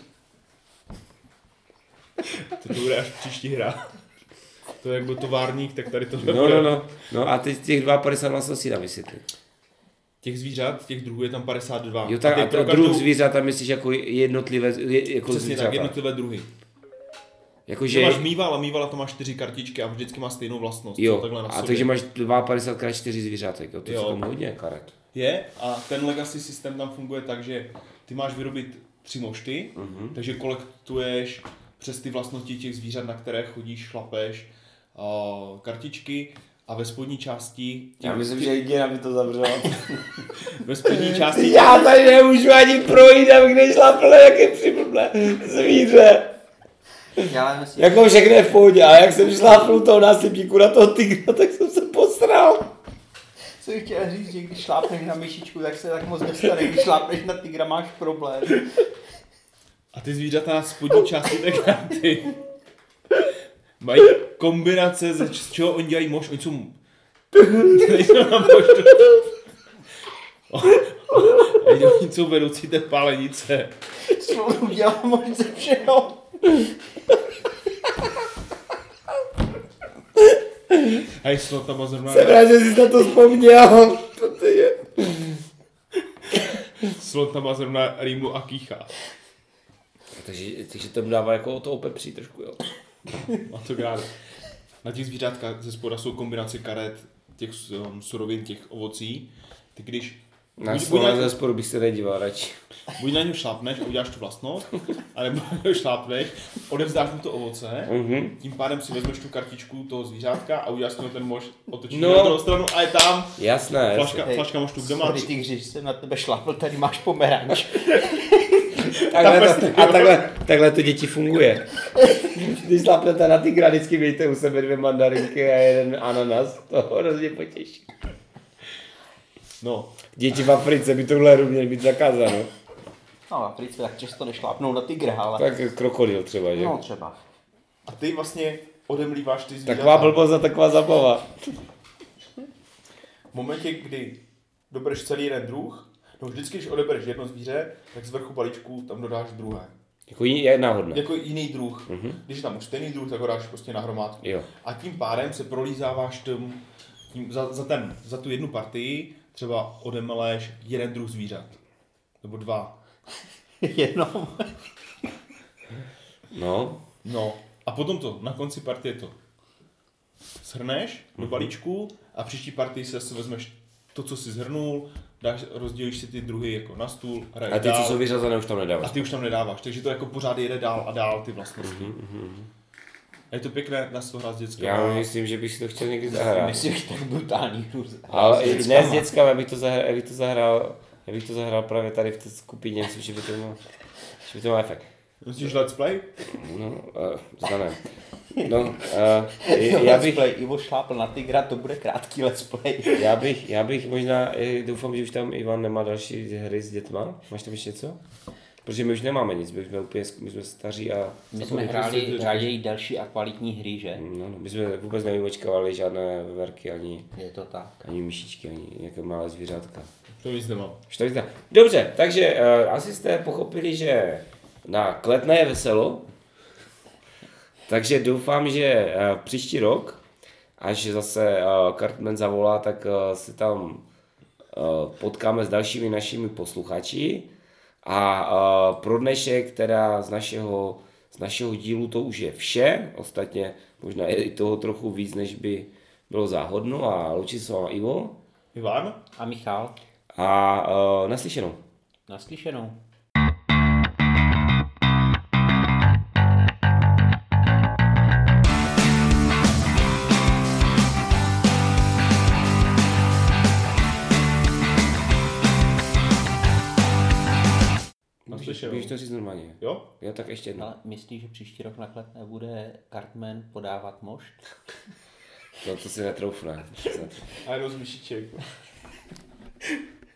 To bude až příští hra. To je jak byl továrník, tak tady to No a teď těch 52 vlastností tam vysvětli. Těch zvířat, těch druhů je tam 52. Jo, tak a to druh zvířata myslíš jako jednotlivé jako přesně tak, jednotlivé druhy. Jakože... Máš mýval a mývala to má 4 kartičky a vždycky má stejnou vlastnost. Jo, a takže máš 52 x 4 zvířátek, jo, to jsou tam hodně karet. Je a ten legacy systém tam funguje tak, že ty máš vyrobit 3 mošty, takže kolektuješ přes ty vlastnosti těch zvířat, na které chodíš, šlapeš, kartičky a ve spodní části... Já myslím, že hygiena by to zavřela. Ve spodní části... Já tady nemůžu ani projít, abych nešlapl nějaké přiblblé zvíře. Jako všechno je v pohodě, a jak jsem šlápnul toho násypníku na toho tygra, tak jsem se posral. Co bych chtěl říct, že když šlápneš na myšičku, tak se tak moc nestane, když šlápneš na tygra, máš problém. A ty zvířata na spodní části té karty mají kombinace, z čeho oni dělají mož, oni jsou na moštu. Oni jsou vedoucí té pálenice. Člověk udělá mož ze všeho. Hej, tam zrovna... Jsem rád, že jsi na to vzpomněl. Slot tam má zrovna rýmu a kýchá. Takže to dává jako to opepří trošku, jo. Má to rád. Na těch zvířátkách ze spoda jsou kombinace karet, těch surovin, těch ovocí. Ty když... Na slovo ze spodu bych se nedíval radši. Buď na něj šlápneš a uděláš tu vlastnost, anebo šlápneš, odevzdáš mu to ovoce, tím pádem si vezmeš tu kartičku toho zvířátka a uděláš si ten mož, otočíš na druhou stranu a je tam jasné, flaška moštu, kde máš. Sorry, ty když jsem na tebe šlápl, tady máš pomeranč. Takhle to děti funguje. Když šlápnete na tygra, vždycky mějte u sebe 2 mandarinky a 1 ananas, to hrozně potěší. No. Děti v Africe by tohle hru měly být zakázáno. No v Africe tak často nešlápnou na tygra, ale... Tak krokodil třeba, že? No třeba. A ty vlastně odemlíváš ty zvířata. Taková blbost a taková zabava. V momentě, kdy dobereš celý jeden druh, no vždycky, když odebereš jedno zvíře, tak z vrchu balíčku tam dodáš druhé. Jako je náhodné. Jako jiný druh. Když je tam už stejný druh, tak ho dáš prostě na hromádku. Jo. A tím pádem se prolízáváš za tu jednu partii, třeba odemeleš 1 druh zvířat. Nebo 2. Jenom. No. A potom to, na konci partie to shrneš do balíčku a příští partii se vezmeš to, co jsi zhrnul, rozdělíš si ty druhy jako na stůl, a ty, co jsou vyřazené, už tam nedáváš. A ty už tam nedáváš, takže to jako pořád jede dál a dál ty vlastnosti. Je to pěkné, dá se to hrát s dětskama. Já myslím, že bych si to chtěl někdy zahrát. Myslím, že tak brutální hru. Ale ne s dětskama, já bych to zahrál právě tady v té skupině, myslím, že by to mělo efekt. Myslíš let's play? No, to ne. No, let's play, Ivo šlápl na tygra, to bude krátký let's play. Já bych možná, doufám, že už tam Ivan nemá další hry s dětma. Máš tam ještě něco? Protože my už nemáme nic, my jsme staří a... My jsme hráli raději další a kvalitní hry, že? No, my jsme vůbec nevymočkovali žádné verky, ani... Je to tak. Ani myšičky, ani nějaké malé zvířátka. To víc nemám. Dobře, takže asi jste pochopili, že na Kletné je veselo. Takže doufám, že příští rok, až zase Cartman zavolá, tak se tam potkáme s dalšími našimi posluchači. A pro dnešek teda z našeho dílu to už je vše. Ostatně možná je i toho trochu víc, než by bylo záhodno. A loučí se vám Ivo, Ivan a Michal. A naslyšenou. Naslyšenou. Můžeš to říct normálně. Jo? Jo, tak ještě jedno. Ale myslíš, že příští rok na Kletné bude Cartman podávat mošt? No to si netroufne. A jenom z myšiček.